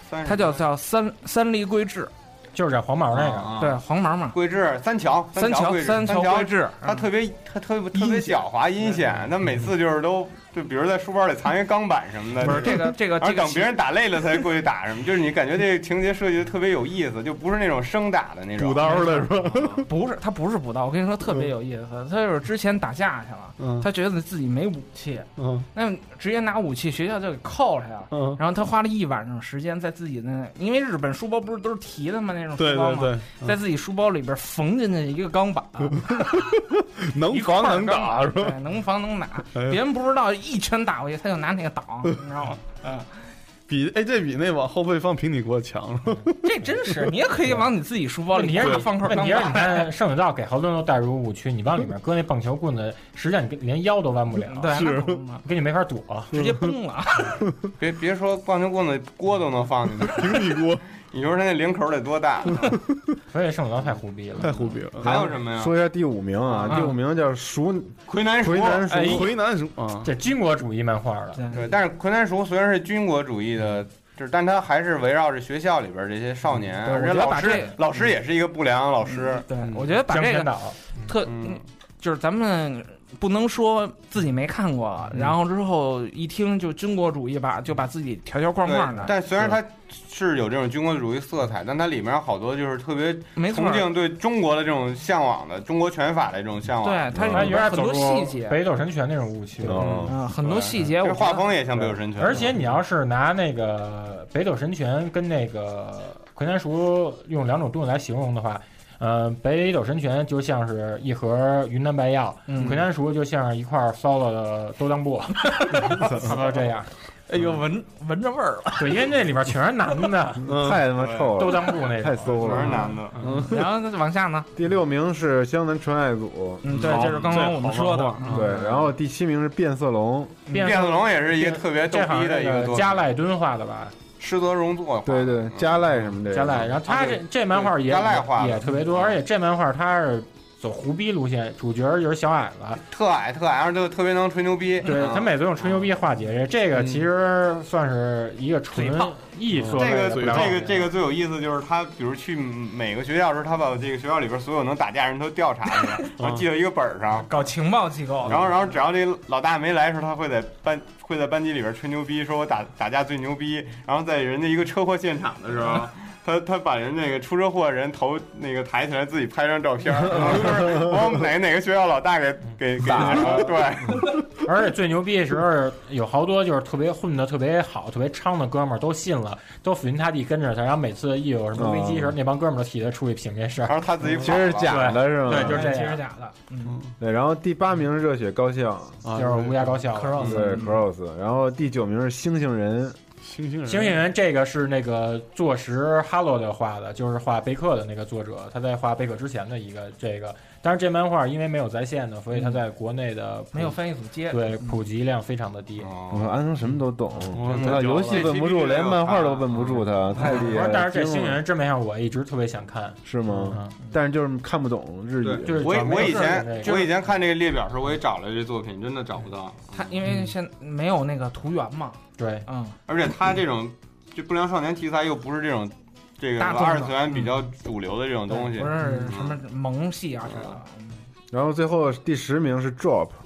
它叫三立桂治。 就是这黄毛那个， 对，黄毛嘛， 桂治三桥桂治，他特别狡猾阴险，他每次就是都就比如在书包里藏一钢板什么的， 不是这个， 而等别人打累了才过去打什么，就是你感觉这个情节设计的特别有意思，就不是那种生打的那种补刀的是吧？ 不是，他不是补刀，我跟你说特别有意思，他就是之前打架去了，他觉得自己没武器，那直接拿武器，学校就给扣下了，然后他花了一晚上时间在自己的，因为日本书包不是都是提的吗？那种书包嘛，在自己书包里边缝进去一个钢板， 能防能打是吧？ 对，能防能打，别人不知道。一拳打过去，他就拿那个挡，你知道吗？ 这比那往后背放平底锅强。 这真是，你也可以往你自己书包里放块。 问题是，你看圣水道给好多人都带入误区，你往里面搁那棒球棍子，实际上你连腰都弯不了， 对， 是跟你没法躲， 直接崩了。 别说棒球棍子，锅都能放进去， 平底锅。 你说他那领口得多大？ 所以圣水道太胡逼了， 太胡逼了。 还有什么呀？ 说一下第5名啊，第5名叫魁南熟啊， 这军国主义漫画的。 对，但是魁南熟虽然是军国主义的，但他还是围绕着学校里边这些少年，而且老师也是一个不良老师。 对，我觉得把这个就是咱们不能说自己没看过，然后之后一听就军国主义吧，就把自己条条框框的。 但虽然它是有这种军国主义色彩，但它里面好多就是特别崇敬对中国的这种向往的中国拳法的这种向往。 对，它有点很多细节， 北斗神拳那种误区。 很多细节。 画风也像北斗神拳。 而且你要是拿那个北斗神拳跟那个魁南熟用两种动作来形容的话。北斗神拳就像是一盒云南白药，魁南熟就像是一块骚了的兜裆布，差不多这样。 哎呦，闻着味儿了。 对，因为那里面全是男的， 太他妈臭了， 兜裆布那太馊了， 全是男的。 然后往下呢， 第6名是湘南纯爱组， 对，这是刚刚我们说的。 对，然后第7名是变色龙， 变色龙也是一个特别逗逼的一个加赖敦画的吧。 施泽荣作， 对对，加赖什么的， 加赖。然后他这漫画也特别多，而且这漫画他是走胡逼路线，主角就是小矮子， 特矮，然后就特别能吹牛逼。 对他每次用吹牛逼化解这个，其实算是一个纯艺术。 这个最有意思就是他，比如去每个学校时，他把这个学校里边所有能打架人都调查去，然后记到一个本上， 搞情报机构。 然后只要这老大没来的时候，他会在班级里边吹牛逼，说我打架最牛逼。然后在人家一个车祸现场的时候，他把人那个出车祸人头那个抬起来，自己拍张照片，然后说我们哪个学校老大给打了。对， 而且最牛逼的时候，有好多就是特别混的特别好、特别猖的哥们儿都信了，都死心塌地跟着他。然后每次一有什么危机时候，那帮哥们儿都替他出去评这事儿。 然后他自己其实是假的，是吗？ 对，就是这样， 其实假的。 对。然后第8名是热血高校， 就是乌鸦高校 ，Cross。 对 ，Cross。然后第9名是星星人。 星星人这个是那个坐实哈罗的画的，就是画贝克的那个作者，他在画贝克之前的一个这个。但是这漫画因为没有在线的，所以他在国内的没有翻译组接， 对，普及量非常的低。 我说安生什么都懂，游戏问不住，连漫画都问不住他，太厉害了。 但是这星星人真没上，我一直特别想看， 是吗？但是就是看不懂日语。 就是我以前看这个列表时，我也找了这作品，真的找不到。 他因为现没有那个图源嘛。 对， 而且他这种就不良少年题材又不是这种这个二次元比较主流的这种东西， 不是什么萌系啊什么的。 然后最后第10名是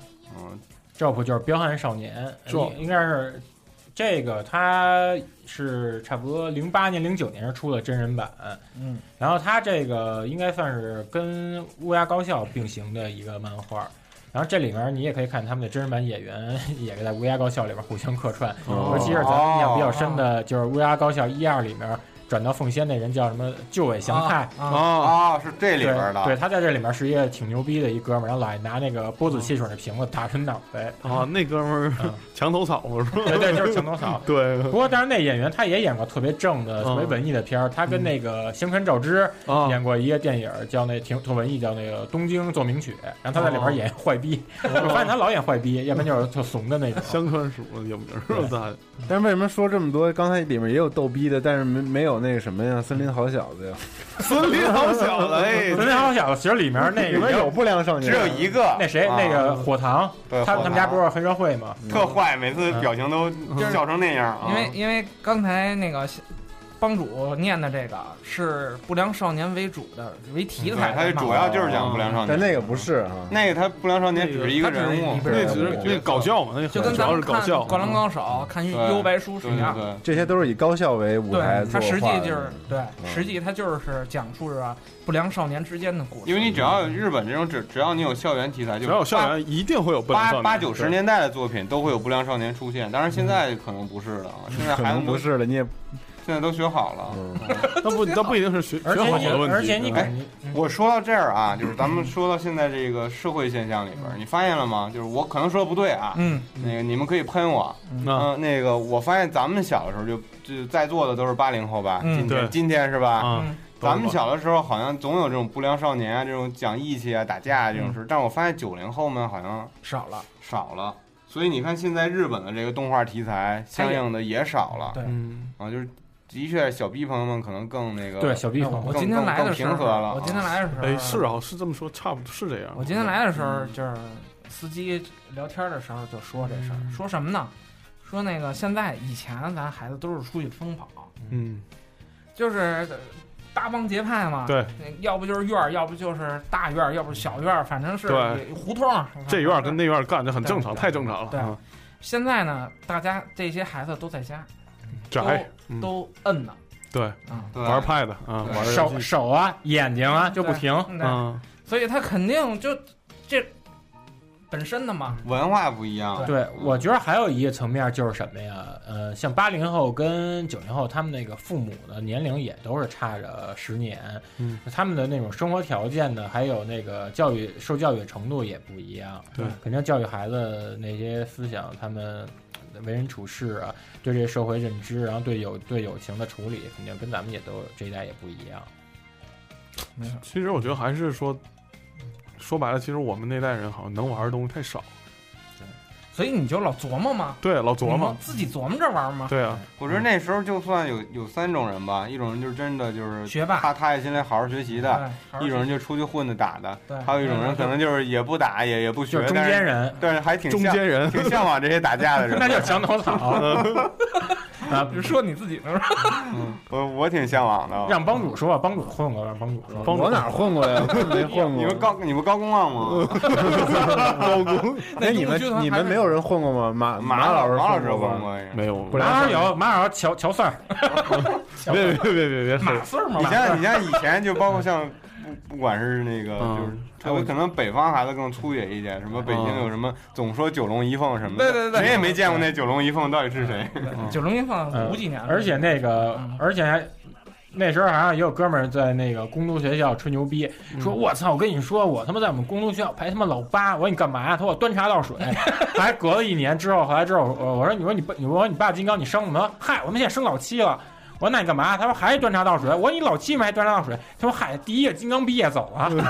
Drop 就是彪悍少年，应该是这个，他是差不多08年、09年出的真人版，然后他这个应该算是跟乌鸦高校并行的一个漫画。然后这里面你也可以看他们的真人版演员也在乌鸦高校里边互相客串，尤其是咱们印象比较深的，就是乌鸦高校1、2里面转到凤仙那人叫什么旧尾祥太是这里边的。 对，他在这里面是一个挺牛逼的一哥们儿，然后老爱拿那个波子汽水的瓶子打人脑袋。 那哥们儿墙头草是吧？ 对，就是墙头草。 对。不过当然那演员他也演过特别正的、特别文艺的片儿，他跟那个香川照之演过一个电影，叫那特文艺，叫那个《东京奏鸣曲》，然后他在里边演坏逼。我发现他老演坏逼，要不然就是特怂的那种。 香川鼠有名是吧？ 但是为什么说这么多？刚才里面也有逗逼的，但是没有那个什么呀，森林好小子呀， 森林好小子， 森林好小子，其实里面那个有不良少年， 只有一个， 那谁，那个火堂，他们家不是黑社会吗？ 特坏，每次表情都笑成那样。 因为刚才那个帮主念的这个是不良少年为主的为题材的， 它主要就是讲不良少年。 但那个不是啊， 那个他不良少年只是一个人物， 那只是那搞笑嘛，那就跟咱们看《灌篮高手》、看《幽白书》是一样。 这些都是以高校为舞台对，它实际就是实际它就是讲述着不良少年之间的故事。 因为你只要有日本这种只要你有校园题材，就只要有校园一定会有不良少年。 80、90年代的作品都会有不良少年出现，当然现在可能不是了，现在孩子不是了，你也。 现在都学好了， 那不一定是学好的问题。 而且你我说到这儿啊，就是咱们说到现在这个社会现象里边，你发现了吗？就是我可能说的不对啊，那个你们可以喷我，那个我发现咱们小的时候就在座的都是80后吧，今天是吧？咱们小的时候好像总有这种不良少年啊，这种讲义气啊、打架啊这种事，但我发现90后们好像少了。 所以你看，现在日本的这个动画题材相应的也少了， 对， 就是的确小逼朋友们可能更那个， 对小逼朋友， 我今天来的时候， 我今天来的时候， 哎，是啊，是这么说，差不多是这样。 我今天来的时候，就是司机聊天的时候就说这事儿，说什么呢？说那个现在以前咱孩子都是出去疯跑，就是搭帮结派嘛， 对， 要不就是院儿，要不就是大院儿，要不小院儿，反正是胡同。 这院儿跟那院儿干这很正常，太正常了。 对，现在呢，大家这些孩子都在家， 宅都摁呢。 对，玩 pad 啊， 玩手啊，眼睛啊就不停， 所以他肯定就这。本身的嘛， 文化不一样。 对，我觉得还有一个层面就是什么呀？像80后跟90后，他们那个父母的年龄也都是差着10年，他们的那种生活条件呢，还有那个受教育程度也不一样。 对， 肯定教育孩子那些思想，他们为人处事啊，对这社会认知，然后对友情的处理，肯定跟咱们也都这一代也不一样。 其实我觉得还是说白了，其实我们那代人好像能玩的东西太少， 所以你就老琢磨嘛。 对，老琢磨， 自己琢磨着玩嘛。 对啊， 我觉得那时候就算有3种人吧，一种人就是真的就是学霸， 他下心来好好学习的；一种人就出去混的打的；还有一种人可能就是也不打也不学， 就是中间人， 但是还挺中间人， 挺向往这些打架的人， 那叫墙头草。 啊，就说你自己呢？ 我挺向往的。 让帮主说吧，帮主混过，让帮主说。 我哪混过呀？没混过。 你们高公望吗？ 高公？那你们没有人混过吗？马老师混过， 没有。 马老师乔四儿。 别马四儿吗？ 你像以前就包括像不管是那个就是。可能北方孩子更粗野一点，什么北京有什么总说九龙一凤什么的， 对， 谁也没见过那九龙一凤到底是谁。 九龙一凤50几年了， 而且而且还那时候好像也有哥们儿在那个工读学校吹牛逼，说我操，我跟你说，我他妈在我们工读学校排他妈老8，我说你干嘛呀？他说我端茶倒水。还隔了1年之后，后来之后我说你说你爸金刚你生了吗？嗨，我们现在升老7了。我说那你干嘛？他说还是端茶倒水。我说你老7还端茶倒水。他说嗨，第一个金刚毕业走了。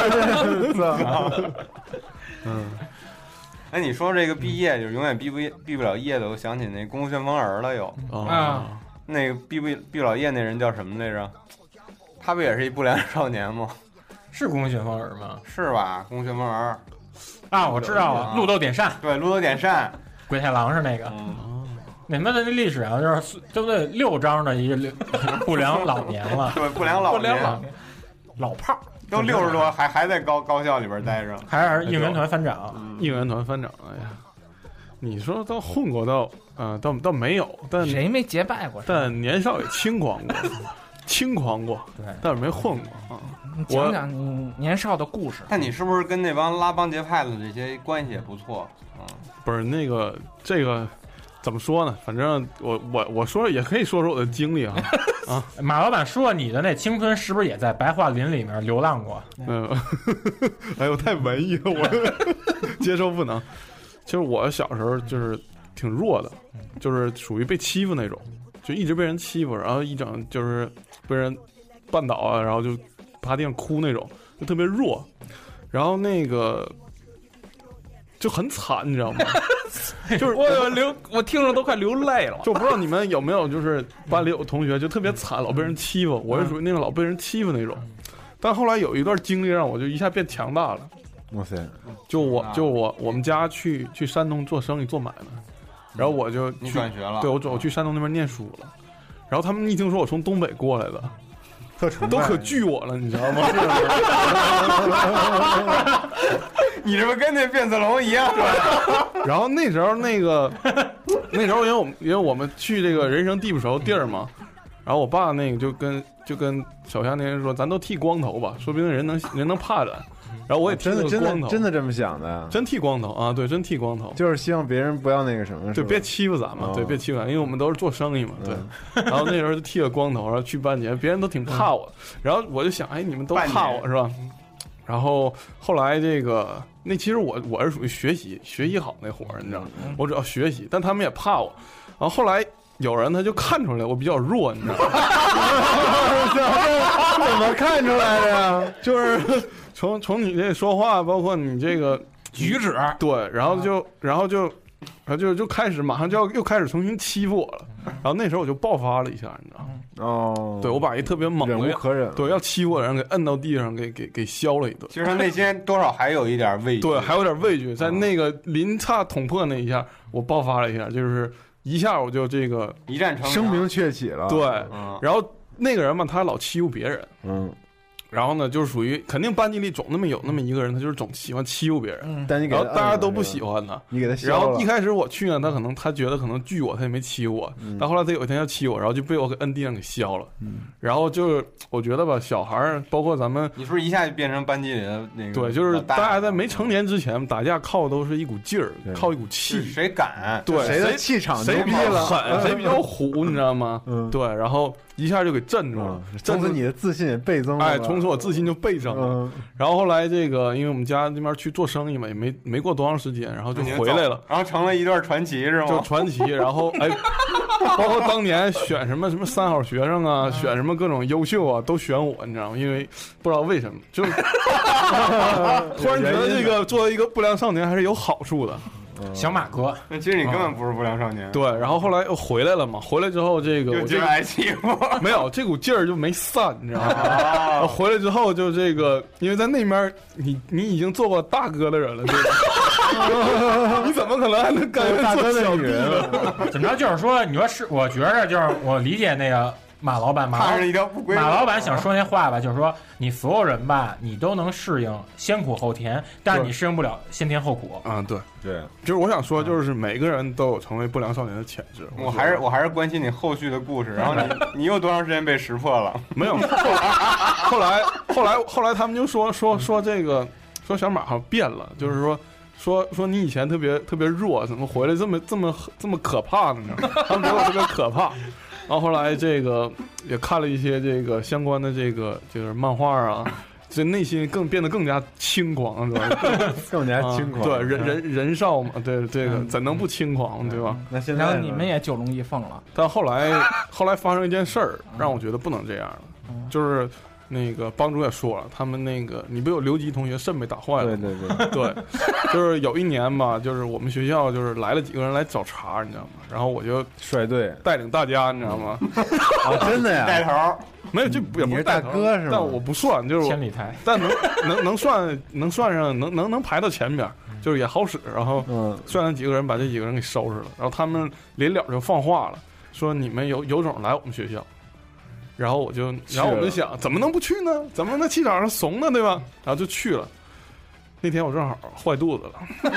哎，你说这个毕业就是永远毕不了业的，我想起那《功夫旋风儿》了有那个毕不了业那人叫什么来着？他不也是一不良少年吗？ 是《功夫旋风儿》吗？ 是吧？《功夫旋风儿》 啊，我知道了，鹿豆点扇。 对，鹿豆点扇， 鬼太郎是那个。你们的历史上就这6章的一个不良老年了， 对，不良老年， 老炮都60多，还在高校里边待着， 还是应援团团长， 应援团团长。哎呀，你说倒混过倒没有，但谁没结拜过？ 但年少也轻狂过， 对， 但是没混过啊。 你讲讲你年少的故事。 但你是不是跟那帮拉帮结派的这些关系也不错？ 不是那个这个。怎么说呢？反正我说也可以说说我的经历啊。 马老板说你的那青春是不是也在白桦林里面流浪过？ 哎呦，太文艺了，我接受不能。其实我小时候就是挺弱的，就是属于被欺负那种，就一直被人欺负，然后一整就是被人绊倒啊，然后就趴地上哭那种，就特别弱。然后那个就很惨，你知道吗？就是我听着都快流泪了。 就不知道你们有没有，就是班里有同学就特别惨，老被人欺负。我是属于那种老被人欺负那种。但后来有一段经历让我就一下变强大了。 哇塞！ 我们家去山东做生意做买卖，然后我就你转学了。 对，我去山东那边念书了。 然后他们一听说我从东北过来的，都可拒我了，你知道吗？ 你这不跟那变色龙一样？ 然后那时候因为我们去这个人生地不熟地儿嘛，然后我爸那个就跟小夏那人说，咱都剃光头吧，说不定人能怕咱。然后我也剃了光头， 真的这么想的， 真剃光头啊，对，真剃光头， 就是希望别人不要那个什么， 对，别欺负咱们，对，别欺负咱，因为我们都是做生意嘛，对。然后那时候就剃了光头，然后去办节，别人都挺怕我，然后我就想，哎，你们都怕我是吧？然后后来这个，那其实我是属于学习好那活儿，你知道吗？我主要学习，但他们也怕我。然后后来有人他就看出来我比较弱，你知道吗？ 怎么看出来的呀？ 就是从你这说话，包括你这个举止， 对，然后就开始马上就又开始重新欺负我了。然后那时候我就爆发了一下，你知道吗？ 哦， 对，我把一特别猛的忍无可忍， 对，要欺负我的人给摁到地上，给削了一顿。 其实他内心多少还有一点畏惧， 对，还有点畏惧。在那个临差捅破那一下，我爆发了一下，就是一下我就这个一战成声名鹊起了。 对，然后那个人嘛，他老欺负别人，然后呢，就是属于肯定班级里总有那么一个人，他就是总喜欢欺负别人， 但你给然后大家都不喜欢他， 你给他削了。 然后一开始我去呢，他觉得可能拒我，他也没欺负我，但后来他有一天要欺我，然后就被我给摁地上给削了。然后就是我觉得吧，小孩儿包括咱们， 你是不是一下就变成班级里的那个？ 对，就是大家在没成年之前打架靠的都是一股劲儿，靠一股气， 谁敢？ 对， 谁的气场谁比较狠，谁比较虎，你知道吗？对，然后一下就给镇住了， 从此你的自信也倍增了。 哎，从此我自信就倍增了。然后后来这个，因为我们家那边去做生意嘛，也没过多长时间，然后就回来了， 然后成了一段传奇是吗？ 就传奇，然后哎，包括当年选什么3好学生啊，选什么各种优秀啊，都选我，你知道吗？因为不知道为什么，就突然觉得这个作为一个不良少年还是有好处的。 小马哥， 那其实你根本不是不良少年。 对，然后后来又回来了嘛，回来之后这个我就挨欺负， 没有这股劲儿就没散，你知道吗？回来之后就这个，因为在那边你已经做过大哥的人了，你怎么可能还能干大哥的女人？ 怎么着？就是说，你说是，我觉得就是我理解那个。马老板想说那话吧，就是说你所有人吧，你都能适应先苦后甜，但是你适应不了先甜后苦。 对，就是我想说，就是每个人都有成为不良少年的潜质。 我还是关心你后续的故事，然后你有多长时间被识破了？ 没有，后来他们就说这个说小马好像变了，就是说你以前特别弱，怎么回来这么可怕呢？他们觉得我特别可怕。然后后来这个也看了一些这个相关的这个就是漫画啊，所以内心变得更加轻狂，是吧？ 更加轻狂。 对，人少嘛，对这个怎能不轻狂，对吧？ 那现在你们也9龙一凤了。 但后来发生一件事儿，让我觉得不能这样了，就是那个帮主也说了，他们那个你不有留级同学肾被打坏了？对，就是有一年吧，就是我们学校就是来了几个人来找茬，你知道吗？然后我就率队带领大家，你知道吗？ 真的呀， 带头没有，就也不是大哥是吗？ 但我不算，就是千里台， 但能算上，能排到前边，就是也好使。然后算上几个人，把这几个人给收拾了。然后他们临了就放话了，说你们有种来我们学校。然后我们就想，怎么能不去呢？怎么能气场上怂呢？对吧？然后就去了。那天我正好坏肚子了，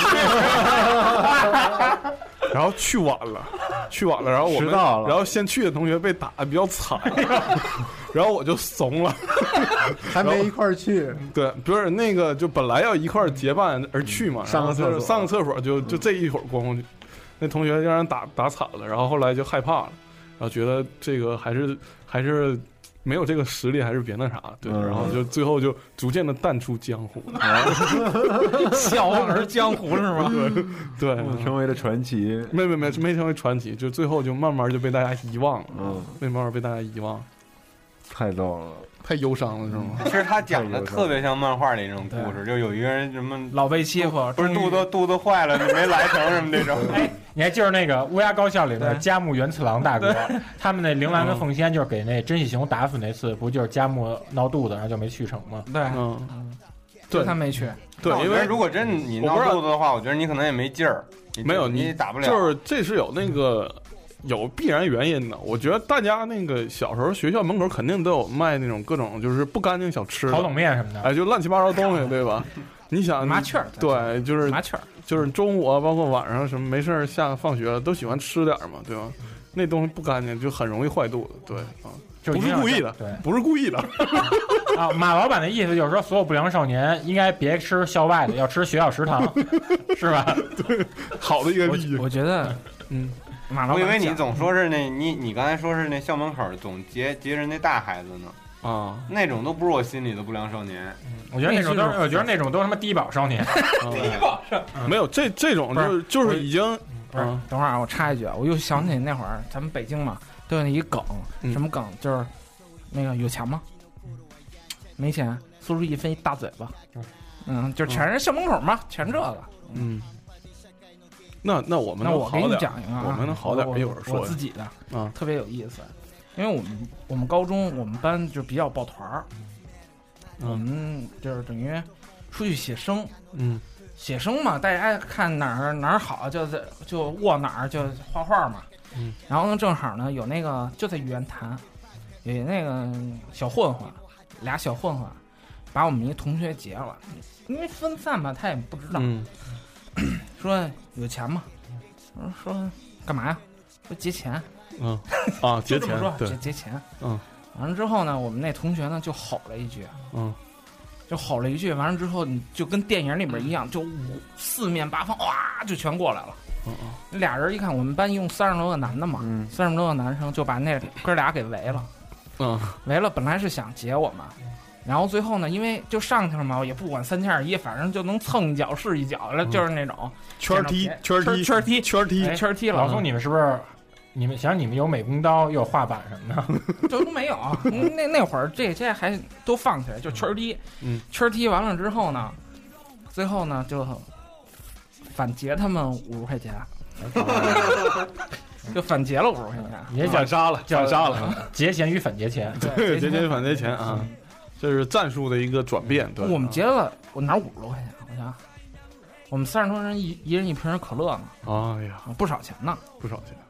然后去晚了，然后我们迟到了， 然后先去的同学被打得比较惨，然后我就怂了， 还没一块儿去。 对，不是那个，就本来要一块儿结伴而去嘛， 上个厕所就这一会儿功夫，那同学让人打惨了，然后后来就害怕了，然后觉得这个还是。没有这个实力还是别那啥，对，然后就最后就逐渐的淡出江湖， 笑忘而江湖是吗？ 对， 成为了传奇。 没成为传奇，就最后就慢慢就被大家遗忘了，慢慢被大家遗忘， 太逗了。 太忧伤了是吗？ 其实他讲的特别像漫画里那种故事，就有一个人什么老被欺负， 不是肚子坏了，你没来成什么这种。 哎，你还记得那个乌鸦高校里面佳木原次郎大哥，他们那铃兰跟凤仙就是给那真喜雄打死那次，不就是佳木闹肚子，然后就没去成吗？ 对， 对， 他没去。 对，因为如果真你闹肚子的话，我觉得你可能也没劲儿。 没有你打不了。 就是这是有那个有必然原因的。我觉得大家那个小时候学校门口肯定都有卖那种各种就是不干净小吃的， 烤冷面什么的， 哎，就乱七八糟东西，对吧？你想麻雀儿， 对，就是麻雀儿， 就是中午啊，包括晚上什么没事儿放学了都喜欢吃点嘛，对吧？那东西不干净就很容易坏肚子，对啊。不是故意的， 对， 不是故意的啊！马老板的意思就是说，所有不良少年应该别吃校外的，要吃学校食堂，是吧？ 对，好的一个例子。 我觉得，马老板， 我以为你总说是你刚才说是那校门口总劫人那大孩子呢啊， 那种都不是我心里的不良少年。 我觉得那种都是，我觉得那种都是他妈低保少年。 低保少没有这种就是已经不是。等会儿啊，我插一句啊，我又想起那会儿咱们北京嘛。都有那一梗，什么梗？就是那个有钱吗？没钱，苏出一分一大嘴巴。就全是校门口嘛，全这个。 那我们我给你讲一个啊， 我们能好点，一会儿说我自己的特别有意思，因为我们高中我们班就比较抱团儿，我们就是等于出去写生，写生嘛，大家看哪儿好就握哪儿就画画嘛。然后呢，正好呢有那个就在玉渊潭，有那个俩小混混，把我们一同学劫了，因为分散嘛，他也不知道，说有钱吗？说干嘛呀？说劫钱， 劫钱， 说劫钱，完了之后呢，我们那同学呢就吼了一句，就吼了一句，完了之后你就跟电影里面一样，就四面八方哇就全过来了。俩人一看，我们班一共30多个男的嘛，30多个男生就把那哥俩给围了，围了。本来是想劫我们，然后最后呢，因为就上去了嘛，也不管3七2十一，反正就能蹭一脚是一脚了，就是那种圈踢了。 老宋，你们是不是？你们有美工刀，又有画板什么的？ 这都没有。那会儿这还都放起来，就圈踢。圈踢完了之后呢，最后呢就反劫他们50块钱，就反劫了50块钱， 也反杀了， 劫钱与反劫钱， 对，劫钱与反劫钱啊，这是战术的一个转变。对， 我们劫了，我拿50多块钱，我想，我们30多人一人一瓶可乐呢， 哎呀， 不少钱呢， 不少钱，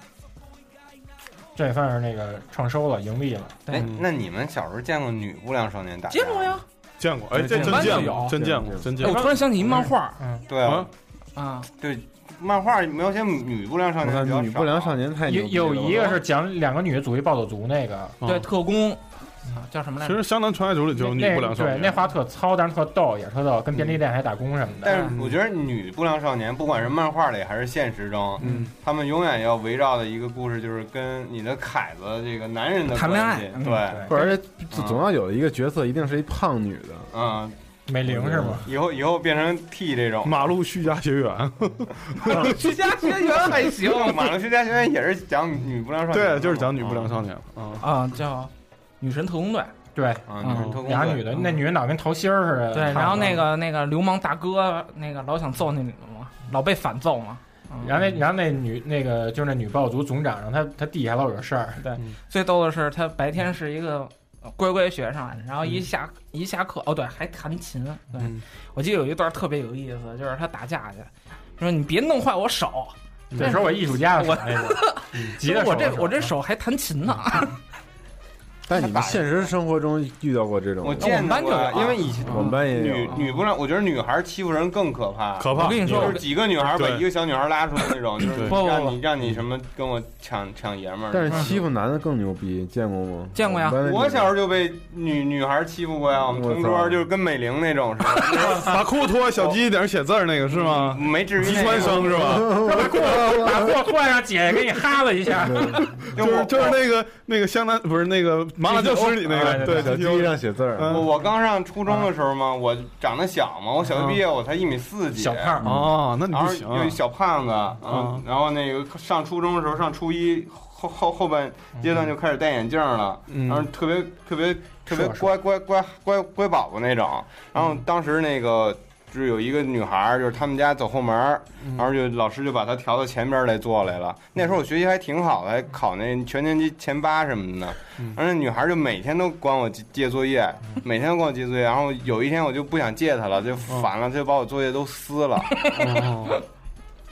这也算是那个创收了，盈利了。 哎，那你们小时候见过女不良少年打架？ 见过呀。 见过，哎，这真见过，真见过。 我突然想起一漫画， 对啊，对，漫画描写女不良少年， 女不良少年太有一个是讲2个女的组一暴走族那个， 对，特工叫什么来着？ 其实《湘南传爱组》里就有女不良少年， 对，那话特糙，但是特逗，也特逗，跟便利店还打工什么的。 但是我觉得女不良少年，不管是漫画里还是现实中，他们永远要围绕的一个故事，就是跟你的凯子这个男人的谈恋爱， 对， 而且总要有一个角色，一定是一胖女的， 美玲是吗？ 以后变成 T 这种马路徐家学园， 徐家学园还行， 马路徐家学园也是讲女不良少年， 对，就是讲女不良少年叫女神特工队。 对， 女神特工队， 俩女的，那女人老跟桃心儿似的。 对，然后那个流氓大哥，那个老想揍那女的嘛，老被反揍嘛。 然后那就是那女暴族总长，然后他弟还老惹事儿。 对，最逗的是他白天是一个乖乖学生，然后一下课，对，还弹琴。对，我记得有一段特别有意思，就是他打架去，说你别弄坏我手。 这时候我艺术家， 我这手还弹琴呢。 但你们现实生活中遇到过这种？ 我见过，因为以前我们班也有女不良，我觉得女孩欺负人更可怕。 我跟你说， 就是几个女孩把一个小女孩拉出来那种，就是让你什么跟我抢爷们儿。 但是欺负男的更牛逼，见过吗？ 见过呀， 我小时候就被女孩欺负过呀。我们同桌就是跟美玲那种似的， 把裤脱，小鸡顶写字那个是吗？ 没至于吉川生是吧？ 把裤脱上，姐给你哈了一下。 就是那个湘南不是那个。麻辣教师里那个，对， 小鸡上写字儿。 我刚上初中的时候嘛，我长得小嘛，我小学毕业我才1.4米， 小胖哦，那你不行， 有一小胖子，然后那个上初中的时候，上初一后半阶段就开始戴眼镜了，然后特别乖宝宝那种，然后当时那个。就是有一个女孩，就是他们家走后门，然后老师就把她调到前边来坐来了。那时候我学习还挺好的，还考那全年级前8什么的。然后那女孩就每天都管我借作业，每天都管我借作业。然后有一天我就不想借她了，就烦了，她就把我作业都撕了。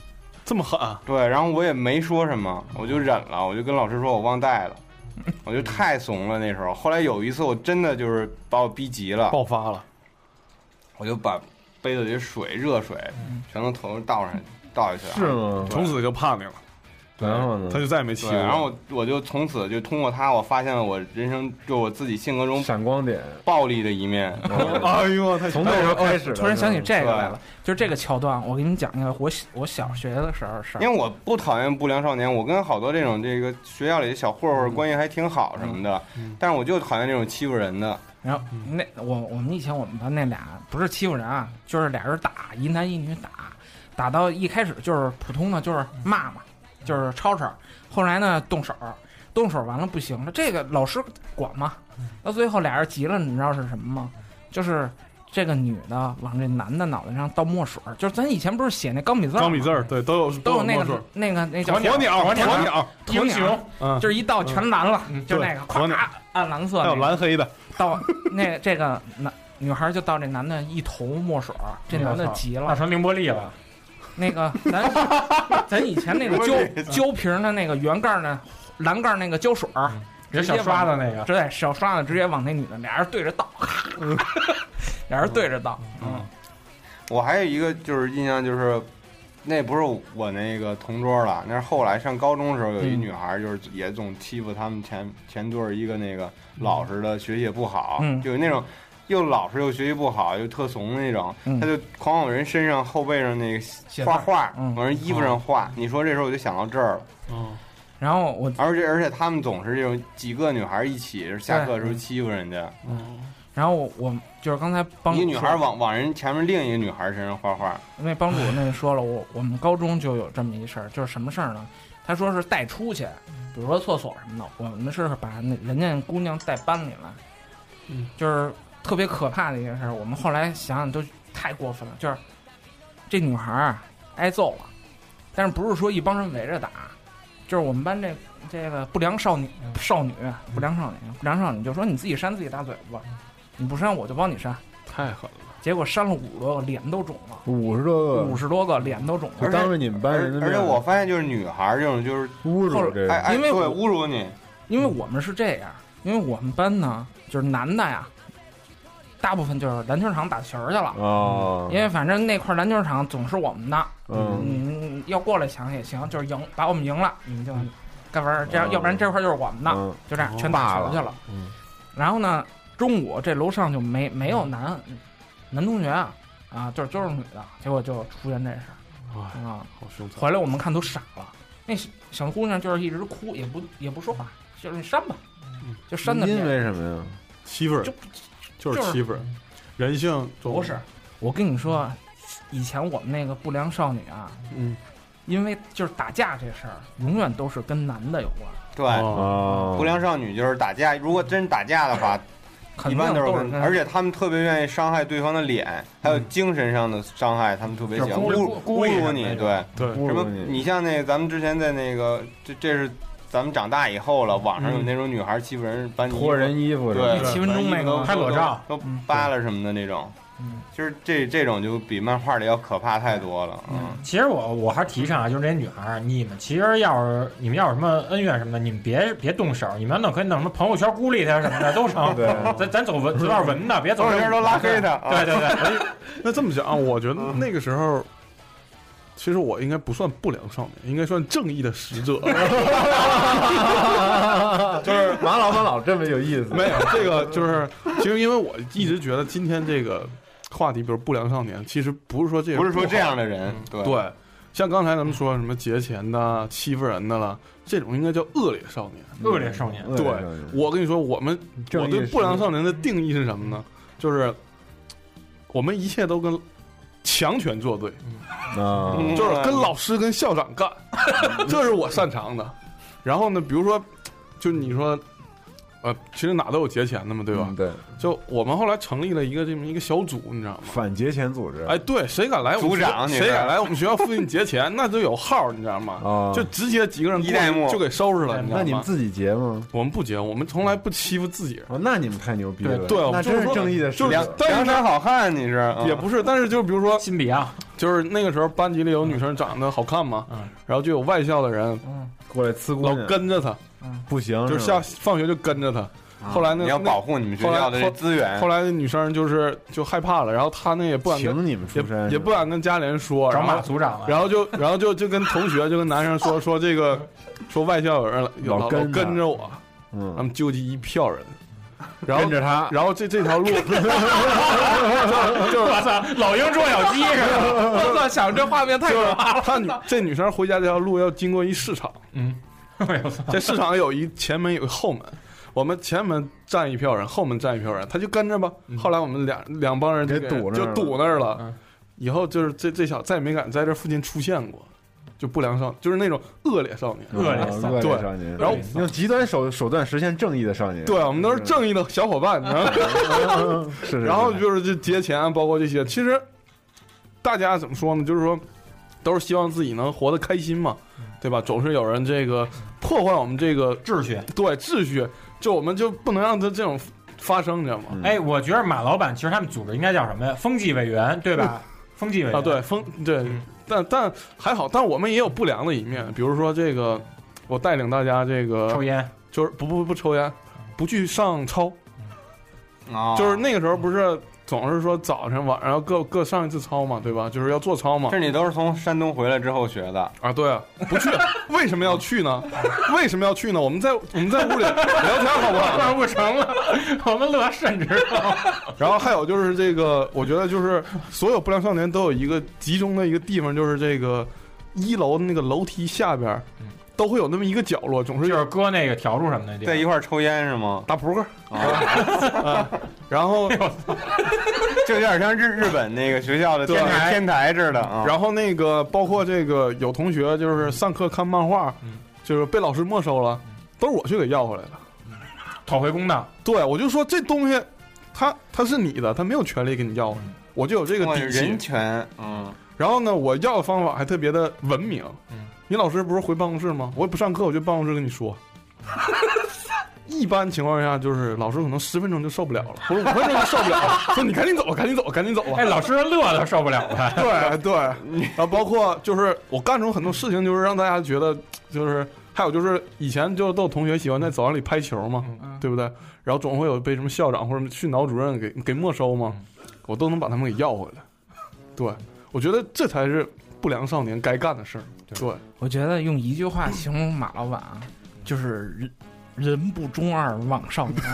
这么狠啊？ 对，然后我也没说什么，我就忍了，我就跟老师说我忘带了，我就太怂了那时候。后来有一次我真的就是把我逼急了， 爆发了， 我就把杯子里热水全都头上倒下去了。 是吗？ 从此就怕你了。 然后呢？ 他就再也没欺负我。 然后我就从此就通过他，我发现了我人生就我自己性格中闪光点、 暴力的一面。 哎呦， 从那时候开始， 突然想起这个来了，就是这个桥段，我给你们讲一个我小学的时候事儿。 因为我不讨厌不良少年，我跟好多这种这个学校里的小混混关系还挺好什么的，但是我就讨厌这种欺负人的。 然后我们以前我们班那俩不是欺负人啊，就是俩人打，一男一女打到一开始就是普通的就是骂嘛。就是吵吵，后来呢动手完了不行了，这个老师管嘛，到最后俩人急了，你知道是什么吗？就是这个女的往这男的脑袋上倒墨水，就是咱以前不是写那钢笔字儿，对，都有那个叫鸵鸟， 英雄，就是一倒全蓝了，就那个咵暗蓝色， 还有蓝黑的， 到这个女孩就到这男的一头墨水，这男的急了， 那成凌波丽了。 那个咱以前那个胶瓶的那个圆盖的蓝盖那个胶水， 直接小刷子那个， 对，小刷子直接往那女的，俩人对着倒，俩人对着倒。 我还有一个就是印象就是，那不是我那个同桌了，那是后来上高中的时候有一女孩，就是也总欺负他们前队一个那个老实的，学习也不好，就是那种。又老实又学习不好又特怂的那种，他就狂往人身上后背上那个画画，往人衣服上画。你说这时候我就想到这儿了。 然后而且他们总是这种几个女孩一起下课的时候欺负人家。 然后我就是刚才帮一个女孩往人前面另一个女孩身上画画。 因为帮主那说了，我们高中就有这么一事儿，就是什么事儿呢？他说是带出去，比如说厕所什么的，我们是把人家姑娘带班里来，就是特别可怕的一件事。我们后来想想都太过分了，就是这女孩啊挨揍了，但是不是说一帮人围着打，就是我们班这个不良少女不良少女就说你自己扇自己大嘴巴，你不扇我就帮你扇， 太狠了。 结果扇了50多个，脸都肿了。 50多个，脸都肿了。 当着你们班人的面。 而且我发现就是女孩这种就是侮辱这个， 因为对侮辱你， 因为我们是这样，因为我们班呢就是男的呀。大部分就是篮球场打球去了因为反正那块篮球场总是我们的，要过来抢也行，就是赢，把我们赢了，你们就干玩这样，要不然这块就是我们的，就这样全打球去了。然后呢，中午这楼上就没有男同学啊，就是都是女的，结果就出现这事儿好凶残。 回来我们看都傻了，那小姑娘就是一直哭，也不说话，就是扇吧，就扇的。 因为什么呀？ 欺负人。就是欺负人，人性不是。我跟你说，以前我们那个不良少女啊，因为就是打架这事儿，永远都是跟男的有关。 对，不良少女就是打架。如果真打架的话，一般都是跟，而且他们特别愿意伤害对方的脸，还有精神上的伤害，他们特别喜欢侮辱你。对，什么？你像那个咱们之前在那个，这是。咱们长大以后了，网上有那种女孩欺负人， 脱人衣服， 对 ，7分钟那个拍裸照都扒了什么的那种，其实这种就比漫画里要可怕太多了。 其实我还提倡啊，就是这些女孩，你们其实要是什么恩怨什么的，你们别动手，你们可以弄什么朋友圈孤立她什么的都成。咱走点文的，别走朋友圈都拉黑她。 对。 那这么讲，我觉得那个时候。其实我应该不算不良少年，应该算正义的使者。 就是马老这么有意思。 没有这个，就是其实因为我一直觉得今天这个话题，比如不良少年，其实不是说不是说这样的人， 对，像刚才咱们说什么劫钱的、欺负人的了，这种应该叫恶劣少年。 恶劣少年， 对，我跟你说，我对不良少年的定义是什么呢？就是我们一切都跟强权作对。就是跟老师跟校长干，这是我擅长的。然后呢，比如说，就你说，其实哪都有劫钱的嘛，对吧？ 对。 就我们后来成立了这么一个小组，你知道吗？ 反劫钱组织。 哎，对，谁敢来我们组长， 谁敢来我们学校附近劫钱，那就有号，你知道吗？就直接几个人就给收拾了，你知道吗？ 那你们自己劫吗？ 我们不劫，我们从来不欺负自己人。 那你们太牛逼了。 对， 那真是正义的使者， 梁山好汉，你是也不是？但是就比如说辛比亚。 就是那个时候班级里有女生长得好看嘛，然后就有外校的人过来呲姑娘， 老跟着她， 不行， 就是放学就跟着她。后来呢， 你要保护你们学校的资源。 后来那女生就害怕了，然后她那也不敢请你们出山， 也不敢跟家里人说， 找马组长了。 然后就跟同学就跟男生说这个，说外校有人老跟着我，他们纠集一票人。然后跟着他， 然后这条路，就是我操，老鹰捉小鸡是吧？ 我操，想这画面太可怕了。这女生回家这条路要经过一市场，这市场有一前门有一后门，我们前门站一票人，后门站一票人，他就跟着吧。后来我们两帮人就堵那儿了，以后就是这小再也没敢在这附近出现过。就不良少，就是那种恶劣少年， 恶劣少年，然后用极端手段实现正义的少年。 对，我们都是正义的小伙伴，你知道吗？ 是。 然后就是这节钱，包括这些，其实大家怎么说呢？就是说，都是希望自己能活得开心嘛，对吧？总是有人这个破坏我们这个秩序， 对秩序，就我们就不能让他这种发生，你知道吗？ 哎，我觉得马老板其实他们组织应该叫什么呀？风纪委员，对吧？风纪委员啊，对对。但还好，但我们也有不良的一面，比如说这个，我带领大家这个抽烟， 就是不抽烟，不去上操，就是那个时候不是总是说早晨晚上要各上一次操嘛，对吧？就是要做操嘛。 这你都是从山东回来之后学的啊？对啊，不去，为什么要去呢？为什么要去呢？我们在屋里聊天好不好？ 不成了，我们乐甚至道。 然后还有就是这个，我觉得就是所有不良少年都有一个集中的一个地方，就是这个1楼的那个楼梯下边。都会有那么一个角落，总是就是搁那个笤帚什么的地方， 在一块抽烟是吗？ 打扑克然后就有点像日本那个学校的天台似的啊。 然后那个包括这个有同学就是上课看漫画，就是被老师没收了，都是我去给要回来的， 讨回公道。 对，我就说这东西，它是你的，他没有权利给你要回来，我就有这个底气， 人权。 然后呢，我要的方法还特别的文明。你老师不是回办公室吗？我也不上课，我就办公室跟你说。一般情况下，就是老师可能10分钟就受不了了，或者5分钟就受不了了，说你赶紧走吧，赶紧走吧，赶紧走吧。 哎，老师乐的受不了了。 对，然后包括就是我干出很多事情，就是让大家觉得，就是还有就是以前就都有同学喜欢在走廊里拍球嘛，对不对？然后总会有被什么校长或者训导主任给没收嘛，我都能把他们给要回来。对，我觉得这才是不良少年该干的事儿。对， 我觉得用一句话形容马老板啊，就是人不中二枉少年。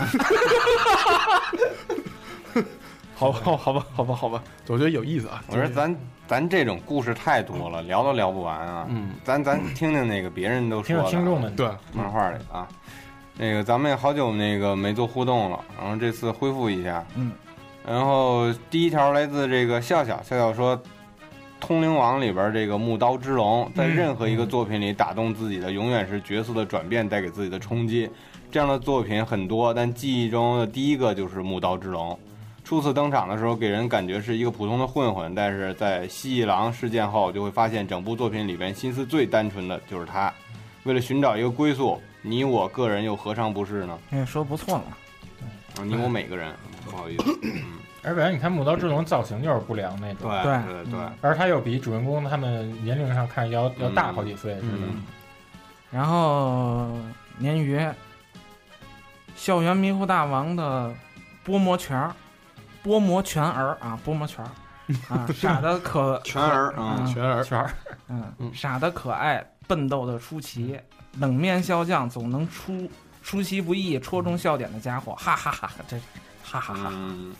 好吧，我觉得有意思啊。 我说咱这种故事太多了，聊都聊不完啊。咱听听那个别人都说的， 听众们对漫画里啊，那个咱们也好久那个没做互动了，然后这次恢复一下。然后第一条来自这个笑笑说。通灵王里边这个木刀之龙，在任何一个作品里打动自己的，永远是角色的转变带给自己的冲击。这样的作品很多，但记忆中的第一个就是木刀之龙。初次登场的时候，给人感觉是一个普通的混混，但是在蜥蜴狼事件后，就会发现整部作品里边心思最单纯的就是他。为了寻找一个归宿，你我个人又何尝不是呢？ 说不错嘛。 你我每个人，不好意思。 而且你看木刀之龙造型就是不良那种， 对， 而他又比主人公他们年龄上看要大好几岁，是的。 然后鲶鱼，校园迷糊大王的波摩拳儿啊，傻的可拳儿， 傻的可爱，笨逗的出奇，冷面笑匠总能出其不意戳中笑点的家伙，哈哈哈，这哈哈哈。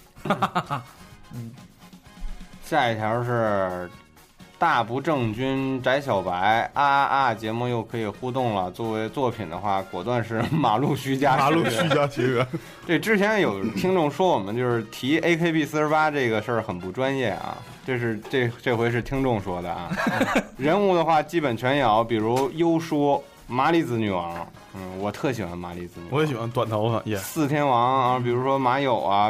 下一条是大不正君翟小白节目又可以互动了。作为作品的话，果断是马路须加学员。这之前有听众说我们就是提 AKB48这个事儿很不专业啊，这回是听众说的啊。人物的话基本全有，比如优说麻里子女王。我特喜欢麻里子女王， 我也喜欢短头发。 四天王啊，比如说马友啊，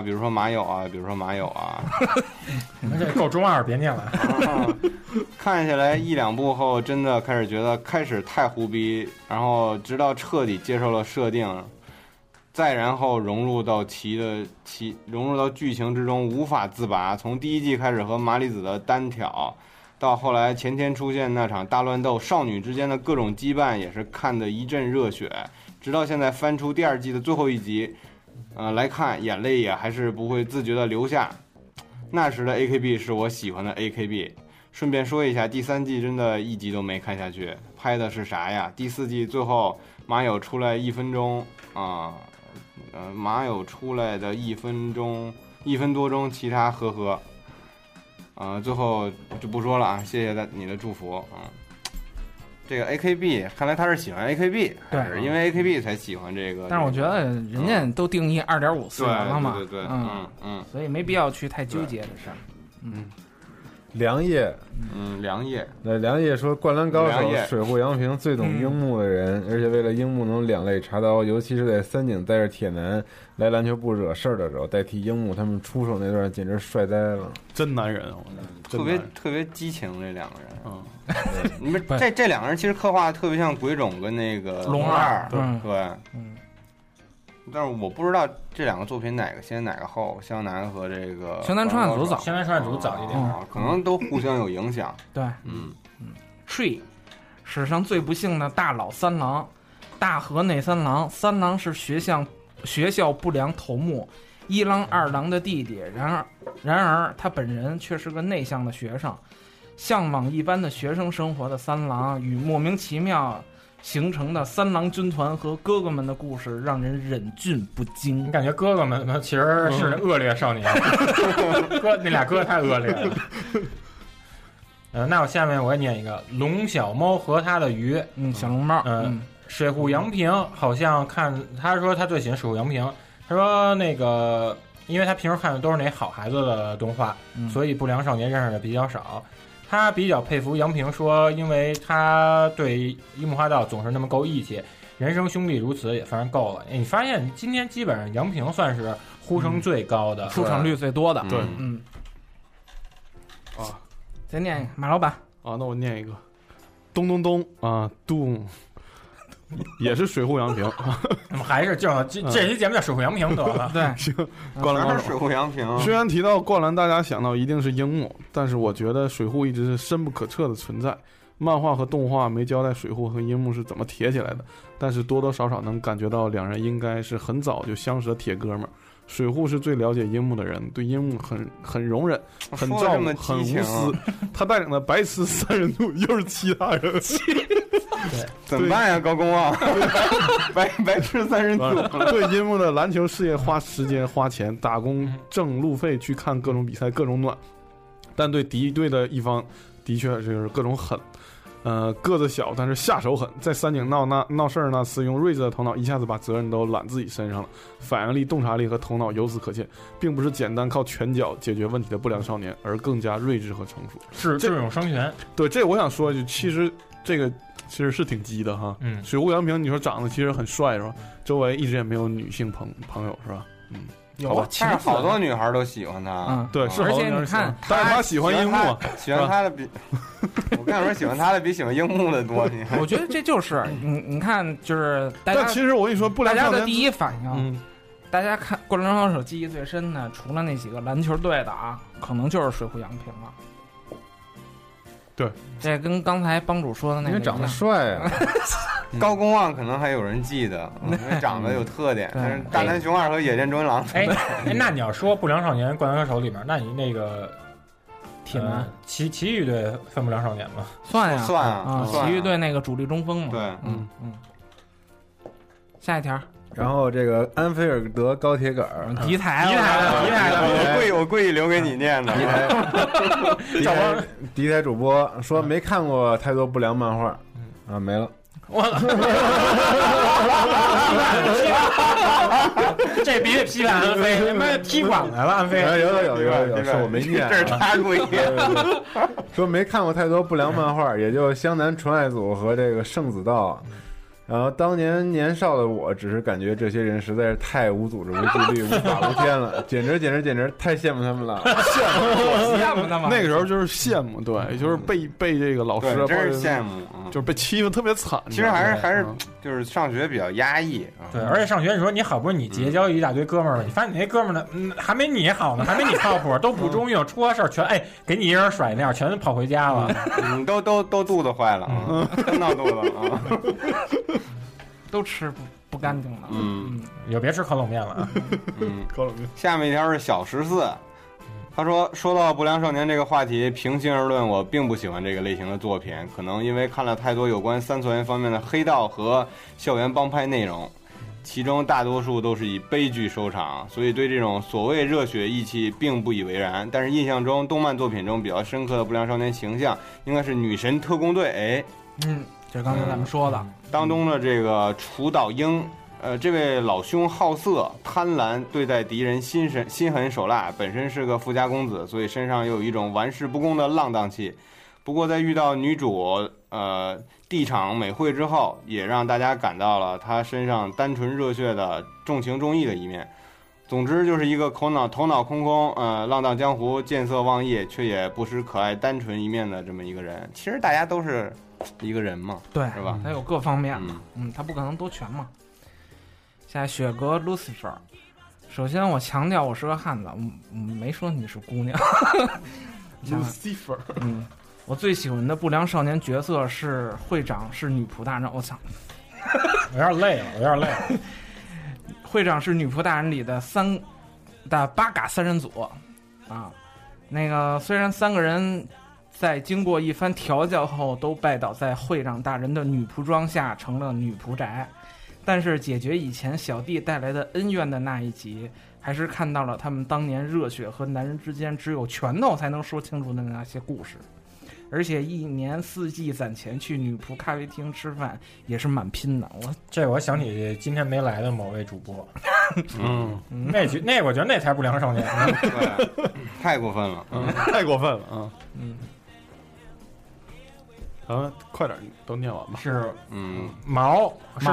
这够中二，别念了。 看下来1、2部后，真的开始觉得开始太胡逼，然后直到彻底接受了设定，再然后融入到剧情之中无法自拔。从第1季开始和麻里子的单挑， 到后来前天出现那场大乱斗，少女之间的各种羁绊也是看得一阵热血。直到现在翻出第2季的最后一集，来看，眼泪也还是不会自觉地流下。那时的 AKB 是我喜欢的 AKB。顺便说一下，第3季真的一集都没看下去，拍的是啥呀？第4季最后马友出来1分钟马友出来的1分多钟，其他呵呵。最后就不说了啊，谢谢你的祝福啊。这个 AKB 看来他是喜欢 AKB， 对， 是因为 AKB 才喜欢这个。 但是我觉得人家都定义2.5次元了嘛， 对， 所以没必要去太纠结这事儿。 梁叶， 梁叶， 梁叶说，《灌篮高手》水户洋平最懂樱木的人，而且为了樱木能两肋插刀，尤其是在三井带着铁男来篮球部惹事儿的时候，代替樱木他们出手那段，简直帅呆了， 真男人， 特别激情这两个人。你们这两个人其实刻画特别像鬼冢跟那个龙二， 对。但是我不知道这两个作品哪个先哪个后，湘南和这个湘南川汉组早， 湘南川汉组早一点， 可能都互相有影响。 对，睡，史上最不幸的大佬三郎，大河内三郎，三郎是学校不良头目，一郎二郎的弟弟。然而他本人却是个内向的学生，向往一般的学生生活的三郎与莫名其妙形成的三郎军团和哥哥们的故事让人忍俊不禁。 你感觉哥哥们其实是恶劣少年，那俩哥太恶劣了。那我下面我也念一个龙小猫和他的鱼， 小龙猫， 水户洋平好像看，他说他最喜欢水户洋平，他说那个因为他平时看的都是那好孩子的动画，所以不良少年认识的比较少。他比较佩服杨平，说因为他对樱木花道总是那么够义气，人生兄弟如此也算是够了。你发现今天基本上杨平算是呼声最高的， 出场率最多的。 对， 再念一个马老板啊，那我念一个咚咚咚啊，咚。也是水户洋平， 那么还是这期节目叫水户洋平得了。 对， 行，灌篮高手水户洋平。 虽然提到灌篮，大家想到一定是樱木，但是我觉得水户一直是深不可测的存在。漫画和动画没交代水户和樱木是怎么铁起来的，但是多多少少能感觉到两人应该是很早就相识的铁哥们儿。水户是最了解樱木的人，对樱木很容忍，很照顾，很无私。他带领的白痴三人组又是其他人。 对，怎么办呀？高公望，白痴三人组。 对樱木的篮球事业花时间花钱打工挣路费去看各种比赛各种暖，但对敌对的一方的确就是各种狠。个子小但是下手狠，在三井闹事儿那次，用睿智的头脑一下子把责任都揽自己身上了，反应力、洞察力和头脑由此可见，并不是简单靠拳脚解决问题的不良少年，而更加睿智和成熟， 是智勇双全。 对，这我想说一句，其实这个其实是挺鸡的哈。水户洋平你说长得其实很帅是吧？周围一直也没有女性朋友是吧？ 有， 但是好多女孩都喜欢他。 对，是好多女孩喜欢，但是他喜欢樱木， 喜欢他的比我跟你说，喜欢他的比喜欢樱木的多。 我觉得这就是你看，就是大家。 但其实我跟你说，大家的第一反应，大家看《灌篮高手》记忆最深的，除了那几个篮球队的啊，可能就是水户洋平了。 对， 这跟刚才帮主说的那个， 因为长得帅啊。 高公望可能还有人记得，因为长得有特点。但是大南雄二和野间忠一郎， 那你要说不良少年灌篮高手里面，那你那个铁男奇遇队算不良少年吗？ 算呀， 算啊， 奇遇队那个主力中锋嘛。 对， 下一条。 然后这个安菲尔德高铁杆敌台， 我故意留给你念的。 敌台主播说没看过太多不良漫画，没了。 这比批判安飞，他妈踢馆来了，安飞。 有，是我没念， 这是他故意。 说没看过太多不良漫画，也就湘南纯爱组和这个圣子道。然后当年年少的我，只是感觉这些人实在是太无组织、无纪律、无法无天了，简直太羡慕他们了， 羡慕他们。 那个时候就是羡慕，对，就是被这个老师真是羡慕。 就是被欺负特别惨。 其实还是就是上学比较压抑啊。 对，而且上学你说你好不容易你结交一大堆哥们儿了，你发现你那哥们儿呢，还没你好呢，还没你靠谱，都不中用，出了事儿全给你一人甩那样，全跑回家了， 都肚子坏了啊，真闹肚子啊， 都吃不干净了。 以后别吃烤冷面了啊。 烤冷面。 下面一条是小14。他说到不良少年这个话题，平心而论，我并不喜欢这个类型的作品，可能因为看了太多有关三次元方面的黑道和校园帮派内容，其中大多数都是以悲剧收场，所以对这种所谓热血义气并不以为然。但是印象中动漫作品中比较深刻的不良少年形象应该是女神特工队。 就是刚才咱们说的当中的这个楚岛英。这位老兄好色、贪婪，对待敌人心狠手辣，本身是个富家公子，所以身上又有一种玩世不恭的浪荡气。不过在遇到女主地场美惠之后，也让大家感到了他身上单纯热血的重情重义的一面。总之就是一个头脑空空，浪荡江湖、见色忘义，却也不失可爱单纯一面的这么一个人。其实大家都是一个人嘛， 对， 是吧？ 他有各方面的，他不可能都全嘛。现在雪格 Lucifer， 首先我强调我是个汉子，没说你是姑娘。 Lucifer， 我最喜欢的不良少年角色是会长是女仆大人，我操， 我有点累了。 会长是女仆大人里的八嘎三人组啊，那个虽然3个人在经过一番调教后都拜倒在会长大人的女仆装下，成了女仆宅。但是解决以前小弟带来的恩怨的那一集，还是看到了他们当年热血和男人之间只有拳头才能说清楚的那些故事。而且一年4季攒钱去女仆咖啡厅吃饭也是蛮拼的。 我想起今天没来的某位主播，那我觉得那才不良少年， 对，太过分了， 太过分了啊！快点都念完吧。 是毛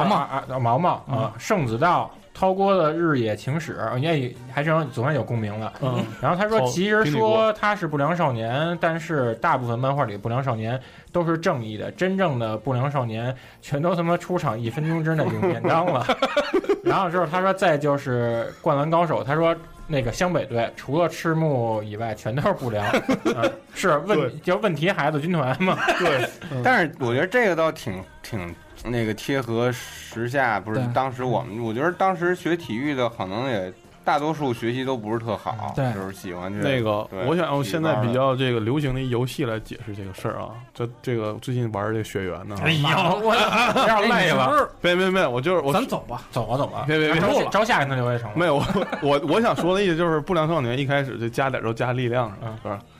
圣子道涛锅的日野情史，也还是总算有共鸣了。然后他说，其实说他是不良少年，但是大部分漫画里不良少年都是正义的，真正的不良少年全都他妈出场1分钟之内用便当了。然后之后他说，再就是灌篮高手，他说那个湘北队除了赤木以外全都是不良，是问题孩子军团嘛？ 对， 但是我觉得这个倒挺那个贴合时下，不是当时我觉得当时学体育的可能也大多数学习都不是特好，就是喜欢那个。我想用现在比较这个流行的游戏来解释这个事儿啊，这个最近玩这个雪原呢。 哎呦，我有点累了。 别，我咱走吧。 别， 招下一个留下成。 没有，我想说的意思就是不良少年一开始就加点，加力量上，是吧？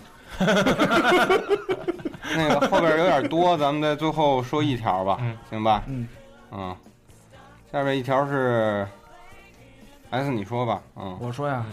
那个后边有点多，咱们在最后说一条吧，行吧？下边一条是 S， 你说吧。 我说呀，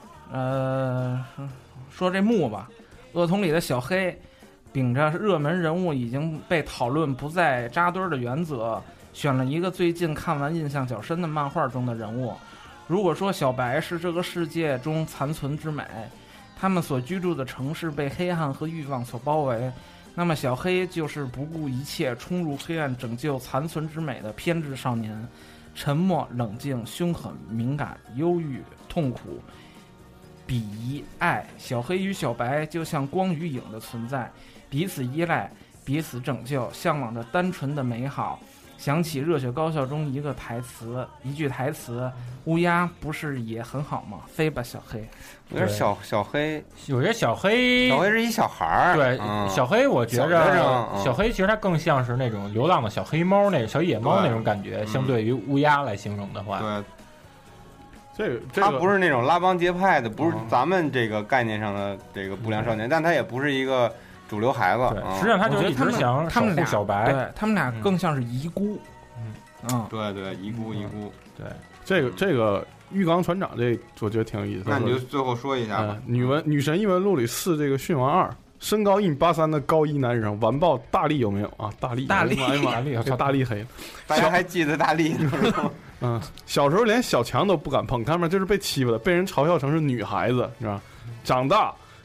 说这幕吧，恶童里的小黑，秉着热门人物已经被讨论不再扎堆的原则，选了一个最近看完印象较深的漫画中的人物。如果说小白是这个世界中残存之美，他们所居住的城市被黑暗和欲望所包围，那么小黑就是不顾一切冲入黑暗拯救残存之美的偏执少年，沉默冷静凶狠敏感忧郁痛苦鄙夷爱。小黑与小白就像光与影的存在，彼此依赖彼此拯救，向往着单纯的美好。想起热血高校中一句台词，乌鸦不是也很好吗？飞吧小黑。 我觉得小黑， 我觉得小黑是一小孩儿。 对，小黑我觉着小黑其实它更像是那种流浪的小黑猫，那种小野猫那种感觉，相对于乌鸦来形容的话。 对，他不是那种拉帮结派的，不是咱们这个概念上的这个不良少年，但他也不是一个主流孩子。 实际上他就一直想守护小白， 对他们俩更像是遗孤。 对，遗孤。 对，这个玉刚船长这我觉得挺有意思。 那你就最后说一下吧。 女神异闻录里4这个驯王2，身高183的高1男人，完爆大力有没有啊？大力，大力黑， 大家还记得大力呢？ 小时候连小强都不敢碰，看面就是被欺负的，被人嘲笑成是女孩子，你知道？长大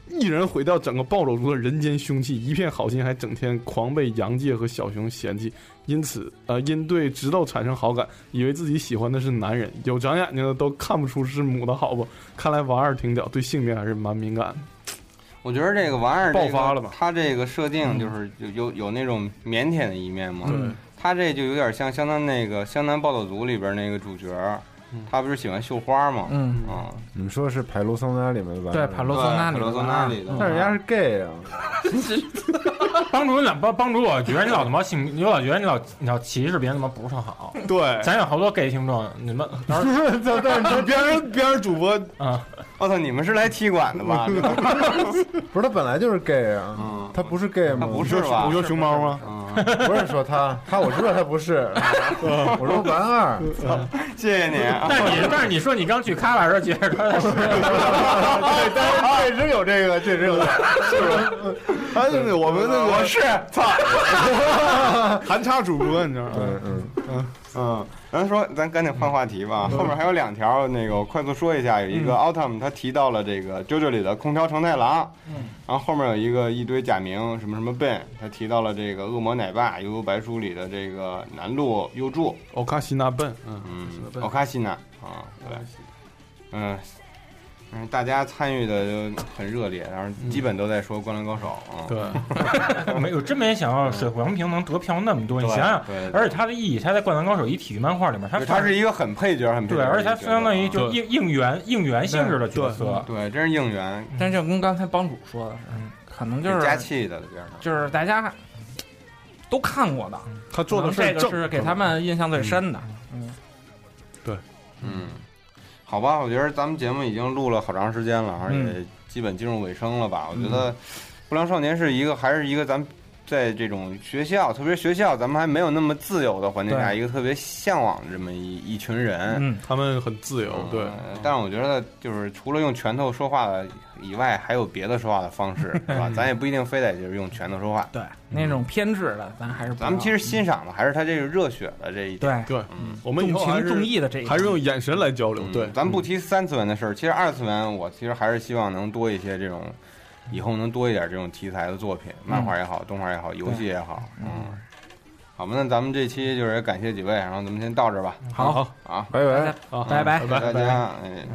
一人毁掉整个暴走族的人间凶器，一片好心还整天狂被杨介和小熊嫌弃，因对直斗产生好感，以为自己喜欢的是男人，有长眼睛的都看不出是母的好不？看来王二挺屌，对性别还是蛮敏感的。 我觉得这个王二爆发了吧？ 他这个设定就是有那种腼腆的一面嘛。 对， 他这就有点像湘南暴走族里边那个主角。他不是喜欢绣花吗？ 你们说的是派罗松纳里面的吧？ 对，派罗松纳里的， 但是人家是 gay 啊。 帮助我觉得你老他妈你老觉得你老歧视别人，他妈不是特好。 对， 咱有好多 gay 听众，你们但是别人主播啊，我操，你们是来踢馆的吧？ 不是，他本来就是 gay 啊，他不是 gay 吗？ 他不是吧？ 我说熊猫吗？ 不是说他我知道他不是，我说王二， 谢谢你。 但是你说你刚去卡瓦时候觉得他是， 对，但是确实有这个，是吧？ 哎，我们那个我是操， 韩插主播，你知道吗？ 咱赶紧换话题吧。后面还有2条，那个我快速说一下。有一个奥特曼他提到了这个JoJo里的空调承太郎，然后后面有一堆假名什么什么 Ben， 他提到了这个恶魔奶爸悠悠白书里的这个南路优助欧卡西纳 Ben， 欧卡西纳啊，对，大家参与的就很热烈，然后基本都在说《灌篮高手》啊。 对，真没想到水户洋平能得票那么多，你想想，而且它的意义，它在《灌篮高手》一体育漫画里面，它是一个很配角， 对，而且它相当于就应援性质的角色， 对，真是应援。 但就跟刚才帮主说的是，可能就是加气的边上， 就是大家都看过的， 他做的这个是给他们印象最深的。 对， 好吧，我觉得咱们节目已经录了好长时间了，而且基本进入尾声了吧？我觉得《不良少年》还是一个咱们在这种学校，特别学校咱们还没有那么自由的环境下，一个特别向往的这么一群人。 他们很自由，对。 但是我觉得就是除了用拳头说话的以外，还有别的说话的方式，是吧？咱也不一定非得就是用拳头说话。 对，那种偏执的，咱们其实欣赏的还是他这个热血的这一点。 对， 我们重情重义的这一点， 还是用眼神来交流。对， 咱不提3次元的事儿，其实2次元我其实还是希望能多一些这种，以后能多一点这种题材的作品，漫画也好，动画也好，游戏也好。好吧，那咱们这期就是也感谢几位，然后咱们先到这儿吧。 好， 拜拜， 拜拜， 大家。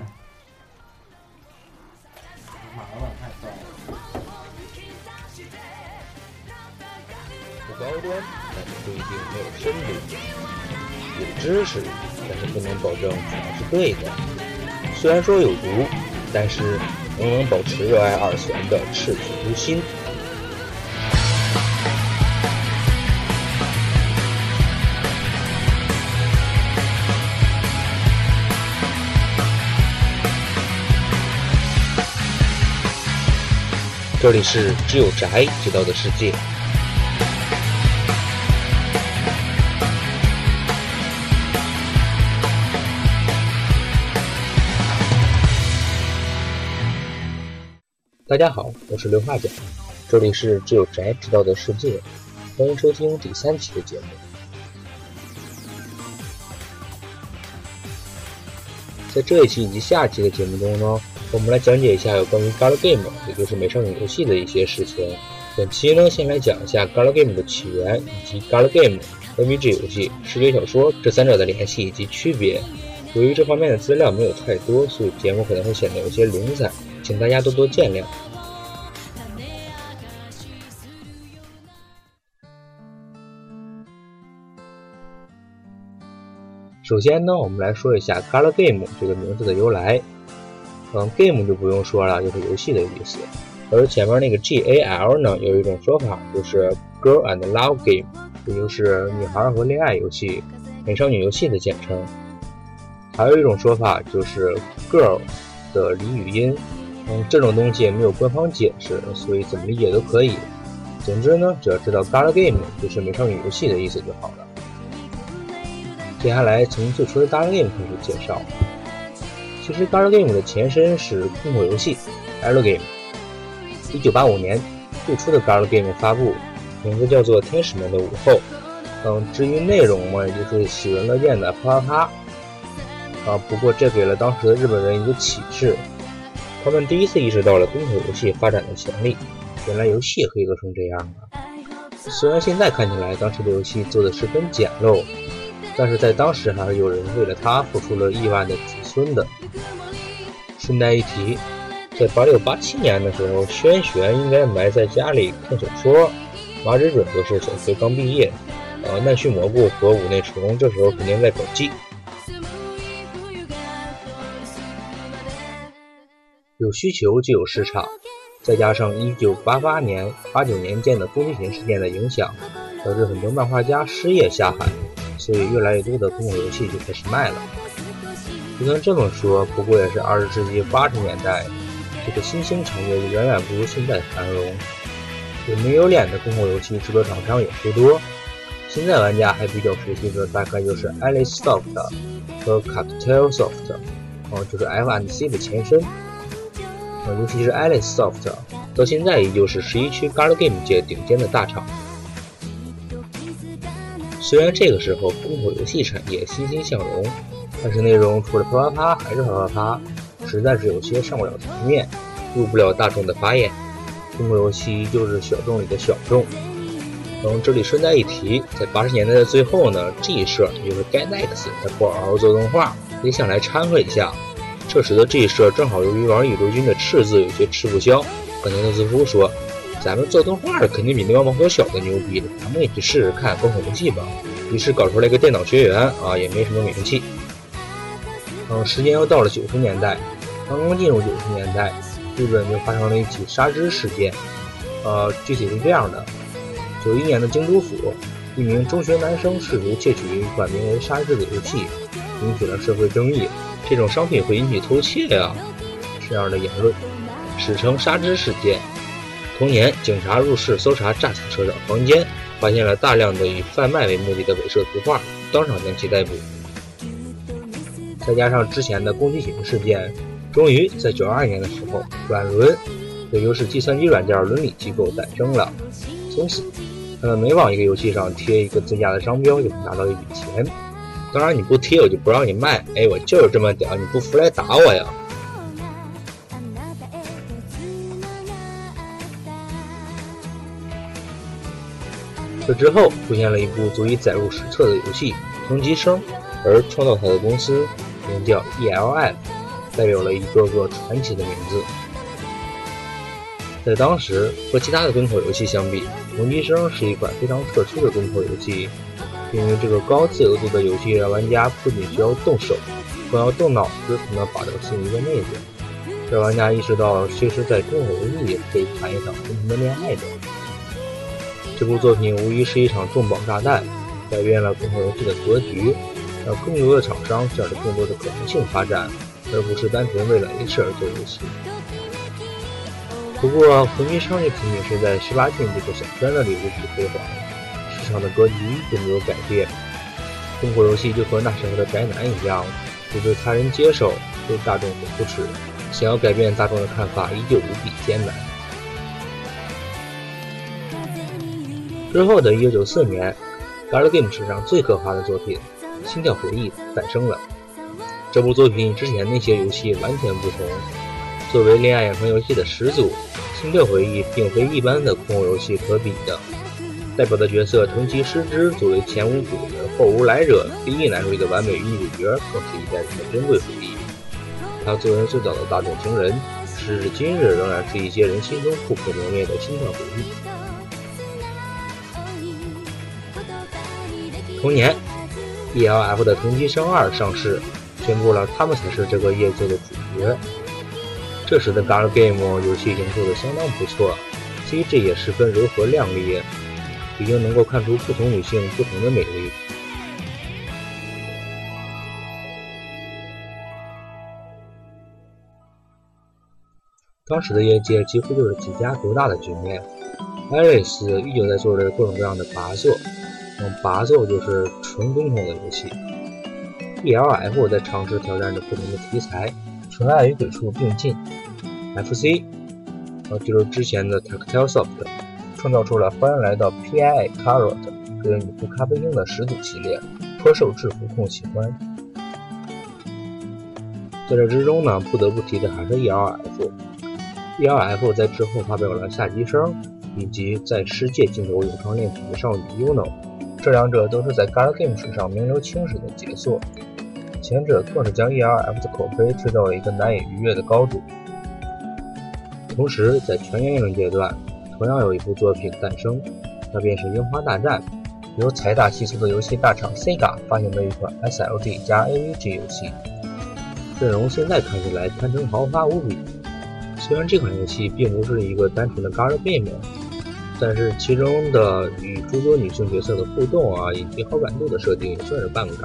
高端，但是不一定没有深度；有知识，但是不能保证全是对的。虽然说有毒，但是仍能保持热爱2次元的赤子之心。这里是只有宅知道的世界。大家好，我是刘化甲，这里是只有宅知道的世界，欢迎收听第3期的节目。在这一期以及下期的节目中呢，我们来讲解一下有关于 Galgame， 也就是美少女游戏的一些事情。本期呢，先来讲一下 Galgame 的起源，以及 Galgame、RPG 游戏、视觉小说这3者的联系以及区别。由于这方面的资料没有太多，所以节目可能会显得有些零散，请大家多多见谅。首先呢，我们来说一下 Galgame 这个名字的由来。game 就不用说了，就是游戏的意思。而前面那个 GAL 呢，有一种说法就是 Girl and Love Game， 也就是女孩和恋爱游戏、美少女游戏的简称。还有一种说法就是 Girl 的俚语音，这种东西也没有官方解释，所以怎么理解都可以。总之呢，只要知道 Galgame 就是美少女游戏的意思就好了。接下来从最初的 Galgame 开始介绍。其实 Galgame 的前身是控火游戏 Galgame。1985年，最初的 Galgame 发布，名字叫做《天使们的午后》。至于内容嘛，也就是喜闻乐见的啪啪啪。不过这给了当时的日本人一个启示， 他们第一次意识到了公口游戏发展的潜力，原来游戏可以做成这样啊！虽然现在看起来当时的游戏做的十分简陋，但是在当时还是有人为了它付出了亿万的子孙的。顺带一提，在86、87年的时候，轩辕应该埋在家里看小说，马之准则是小学刚毕业，奈绪蘑菇和五内虫这时候肯定在搞基。有需求就有市场，再加上1988年、89年间的宫崎勤事件的影响，导致很多漫画家失业下海，所以越来越多的公口游戏就开始卖了。就算这么说，不过也是20世纪80年代，这个新兴产业远远不如现在繁荣。有没有脸的公口游戏制作厂商也不多，现在玩家还比较熟悉的大概就是 Alice Soft 和 Capital Soft，就是 F&C 的前身。尤其是 Alice Soft， 到现在依旧是11区 Galgame 界顶尖的大厂。虽然这个时候公口游戏产业欣欣向荣，但是内容除了啪啪啪还是啪啪啪，实在是有些上不了台面，入不了大众的法眼。公口游戏就是小众里的小众。这里顺带一提，在80年代的最后呢 ，G 社也就是 Gainax 在不好好做动画，也想来掺和一下。这时的 G 社正好由于玩宇宙军的赤字有些吃不消，跟尼特斯夫说：“咱们做动画的肯定比那帮毛头小子牛逼的，咱们也去试试看公口游戏吧。”于是搞出来一个电脑学园也没什么名气。时间又到了90年代，刚刚进入90年代，日本就发生了一起杀之事件。具体是这样的：91年的京都府，一名中学男生试图窃取一款名为《杀之》的游戏，引起了社会争议。这种商品会引起偷窃呀，这样的言论史称杀之事件。同年，警察入室搜查炸死社长房间，发现了大量的以贩卖为目的的伪设图画，当场将其逮捕。再加上之前的宫崎勤事件，终于在92年的时候，软轮，也就是计算机软件伦理机构诞生了。从此，他们每往一个游戏上贴一个自家的商标，就能拿到一笔钱。当然你不贴我就不让你卖，我就是这么屌，你不服来打我呀。这之后出现了一部足以载入史册的游戏《同级生》，而创造它的公司名叫 ELF， 代表了一个个传奇的名字。在当时和其他的公口游戏相比，《同级生》是一款非常特殊的公口游戏。因为这个高自由度的游戏让玩家不仅需要动手，更要动脑子才能把到心仪的妹子，让玩家意识到其实在公口游戏也可以谈一场真诚的恋爱的。这部作品无疑是一场重磅炸弹，改变了公口游戏的格局，让更多的厂商向着更多的可能性发展，而不是单纯为了 H 而做游戏。不过同级生也仅仅是在18禁这个小圈子里如此辉煌，市场的格局并没有改变。公口游戏就和那时候的宅男一样，不被他人接受，被大众所不齿，想要改变大众的看法依旧无比艰难。之后的1994年 Galgame 史上最可怕的作品《心跳回忆》诞生了。这部作品与之前那些游戏完全不同，作为恋爱养成游戏的始祖，《心跳回忆》并非一般的公口游戏可比的。代表的角色藤崎诗织作为前无古人后无来者第一男主的完美女主角，更是一代人的珍贵回忆。他作为最早的大众情人，时至今日仍然是一些人心中不可磨灭的心跳回忆。同年 ELF 的同级生2上市，宣布了他们才是这个业界的主角。这时的 Galgame 游戏已经做得相当不错， CG 也十分柔和亮丽，已经能够看出不同女性不同的美丽。当时的业界几乎就是几家独大的局面， Alice 依旧在做着各种各样的拔奏，拔奏就是纯公口的游戏。 ELF 在尝试挑战着不同的题材，纯爱与鬼畜并进。 FC 就是之前的 Tactile Soft， 创造出了欢迎来到 PIA Carrot 跟女仆咖啡因的始祖系列，颇受制服控喜欢。 在这之中呢，不得不提的还是 ELF。ELF 在之后发表了夏吉生以及在世界尽头永长恋体的少女 Yuno， 这两者都是在 Galgame 史上名留青史的杰作，前者更是将 ELF 的口碑推到了一个难以逾越的高度。同时在全年龄阶段同样有一部作品诞生，那便是樱花大战，由财大气粗的游戏大厂 Sega 发行的一款 SLG 加 AVG 游戏，阵容现在看起来堪称豪华无比。虽然这款游戏并不是一个单纯的 Galgame， 但是其中的与诸多女性角色的互动啊，以及好感度的设定也算是半个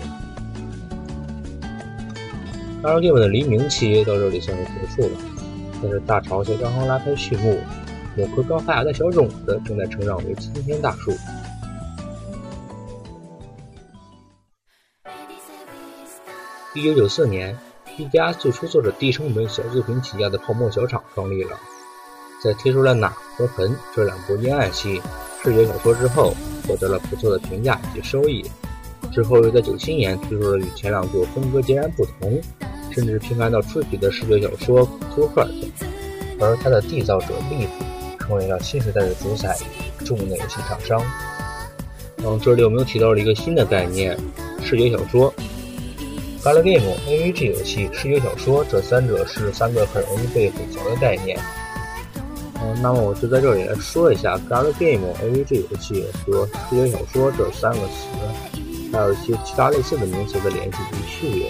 Galgame。Galgame 的黎明期到这里算是结束了，但是大潮却刚刚拉开序幕，某颗刚发芽的小种子正在成长为参天大树。1994年，一家最初做着低成本小作品起家的泡沫小厂创立了。在推出了《哪》和《痕》这两部阴暗系视觉小说之后，获得了不错的评价以及收益。之后又在97年推出了与前两部风格截然不同，甚至频繁到出品的视觉小说《Two Heart》，而它的缔造者利夫成为了新时代的主宰重内游戏厂商。这里我们又提到了一个新的概念，视觉小说。Galgame、AVG 游戏、视觉小说，这三者是三个很容易被混淆的概念。那么我就在这里来说一下 Galgame、AVG 游戏和视觉小说这三个词，还有一些其他类似的名词的联系及区别。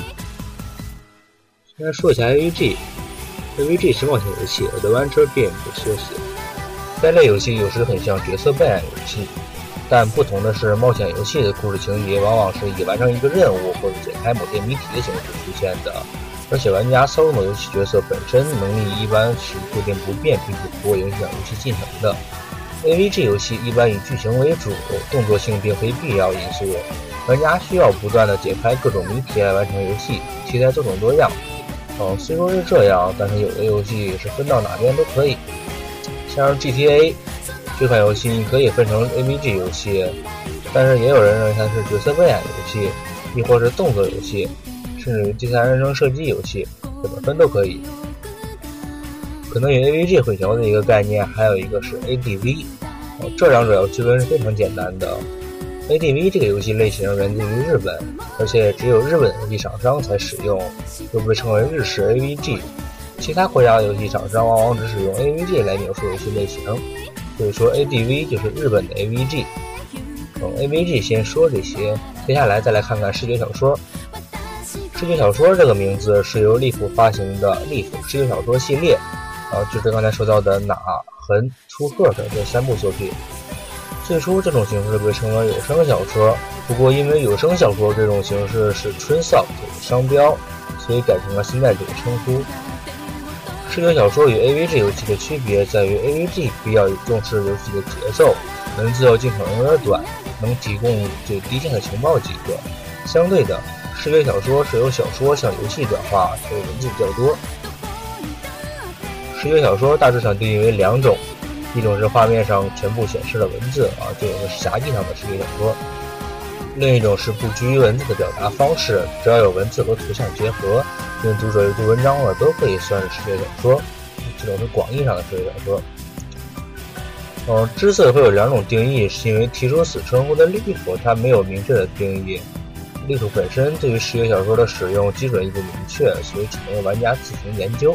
先来说一下 AVG 是冒险游戏 Adventure Game 的缩写。该类游戏有时很像角色扮演游戏，但不同的是，冒险游戏的故事情节往往是以完成一个任务或者解开某件谜题的形式出现的，而且玩家操纵的游戏角色本身能力一般是固定不变，并且不会影响游戏进程的。AVG 游戏一般以剧情为主，动作性并非必要因素，玩家需要不断的解开各种谜题来完成游戏，题材多种多样。虽说是这样，但是有的游戏是分到哪边都可以，像是 GTA。这款游戏你可以分成 AVG 游戏，但是也有人认为它是角色扮演游戏，亦或是动作游戏，甚至于第三人称射击游戏，怎么分都可以。可能与 AVG 混淆的一个概念还有一个是 ADV， 这两者要区分是非常简单的。ADV 这个游戏类型源自于日本，而且只有日本游戏厂商才使用，又被称为日式 AVG， 其他国家的游戏厂商往往只使用 AVG 来描述游戏类型，所以说 ADV 就是日本的 AVG。AVG 先说这些，接下来再来看看视觉小说。视觉小说这个名字是由利夫发行的利夫视觉小说系列，就是刚才说到的哪、痕、Two Heart这三部作品。最初这种形式被称为有声小说，不过因为有声小说这种形式是 Twinsoft 商标，所以改成了现在这个称呼。视觉小说与 AVG 游戏的区别在于 AVG 比较重视游戏的节奏，文字要尽可能有点短，能提供最低限的情报即可。相对的，视觉小说是由小说向游戏转化，所以文字比较多。视觉小说大致上定义为两种，一种是画面上全部显示了文字，这种是狭义上的视觉小说；另一种是不拘于文字的表达方式，只要有文字和图像结合，令读者阅读文章了都可以算是视觉小说，这种是广义上的视觉小说。之所以会有两种定义，是因为提出此称呼的利夫它没有明确的定义，利夫本身对于视觉小说的使用基准亦不明确，所以只能由玩家自行研究。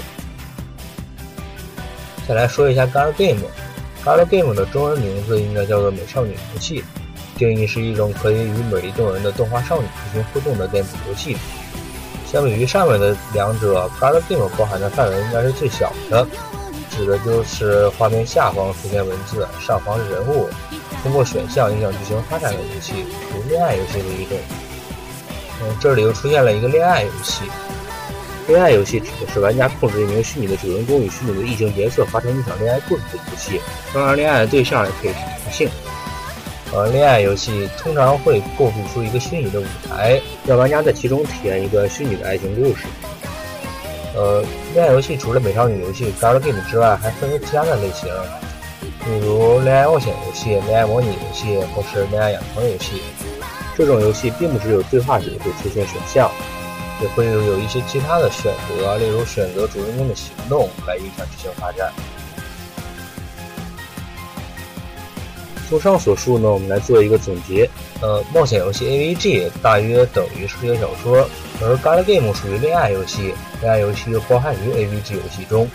再来说一下 Galgame。Galgame 的中文名字应该叫做美少女游戏，定义是一种可以与美丽动人的动画少女进行互动的电子游戏。相比于上面的两者， Galgame 包含的范围应该是最小的，指的就是画面下方出现文字，上方是人物，通过选项影响剧情发展的游戏，属于恋爱游戏的一种。这里又出现了一个恋爱游戏。恋爱游戏指的是玩家控制一名虚拟的主人公与虚拟的异性角色发生一场恋爱故事的游戏，当然恋爱的对象也可以是同性。恋爱游戏通常会构筑出一个虚拟的舞台，让玩家在其中体验一个虚拟的爱情故事。恋爱游戏除了美少女游戏 Galgame 之外，还分为其他的类型，比如恋爱冒险游戏、恋爱模拟游戏或是恋爱养成游戏。这种游戏并不只有对话时会出现选项， 也会有一些其他的选择，例如选择主人公的行动来影响剧情发展。综上所述呢，我们来做一个总结。冒险游戏 AVG 大约等于视觉小说，而 Galgame 属于恋爱游戏，恋爱游戏又包含于 AVG 游戏中。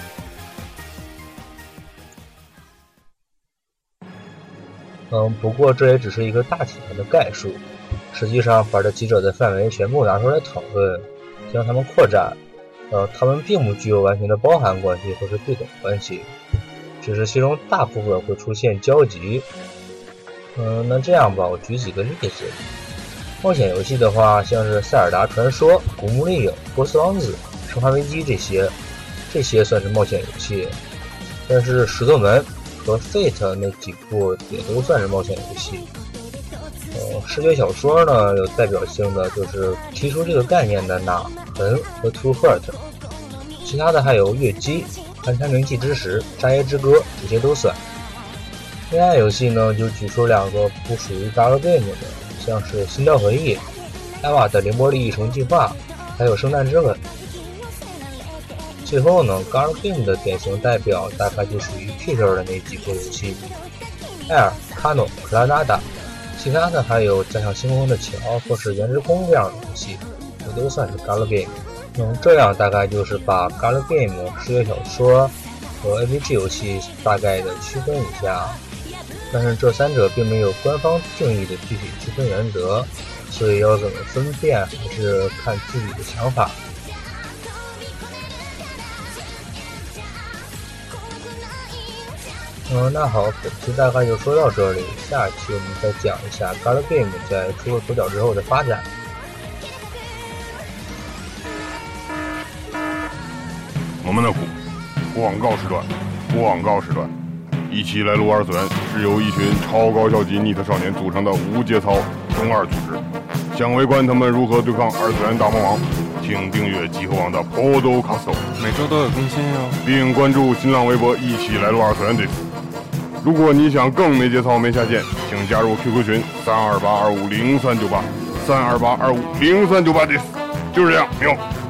不过这也只是一个大体上的概述，实际上把这几者的范围全部拿出来讨论，将它们扩展，它们并不具有完全的包含关系或是对等关系，只是其中大部分会出现交集。那这样吧，我举几个例子。冒险游戏的话，像是塞尔达传说、古墓丽影、波斯王子、生化危机这些算是冒险游戏，但是石头门和 Fate 那几部也都算是冒险游戏。视觉小说呢，有代表性的就是提出这个概念的哪痕和 Too Hurt， 其他的还有月姬、寒蝉鸣泣之时、沙耶之歌，这些都算。恋爱游戏呢，就举出两个不属于 Galgame 的，像是心跳回忆、艾娃的凌波丽异城计划，还有圣诞之吻。最后呢 ，Galgame 的典型代表大概就属于 Peter 的那几部游戏 Air、Kano、Granada， 其他的还有加上星空的桥或是原之空这样的游戏，也都算是 Galgame。这样大概就是把 Galgame 视觉小说和 AVG 游戏大概的区分一下。但是这三者并没有官方定义的具体区分原则，所以要怎么分辨还是看自己的想法。那好，本期大概就说到这里，下期我们再讲一下 Galgame 在出了头角之后的发展。 我们的广告时段，一起来撸二次元是由一群超高校级逆特少年组成的无节操中二组织。想围观他们如何对抗二次元大魔王，请订阅集合网的 Podcast， 每周都有更新哟， 并关注新浪微博一起来撸二次元队。如果你想更没节操没下线，请加入 QQ 群328250398，328250398，就是这样，喵。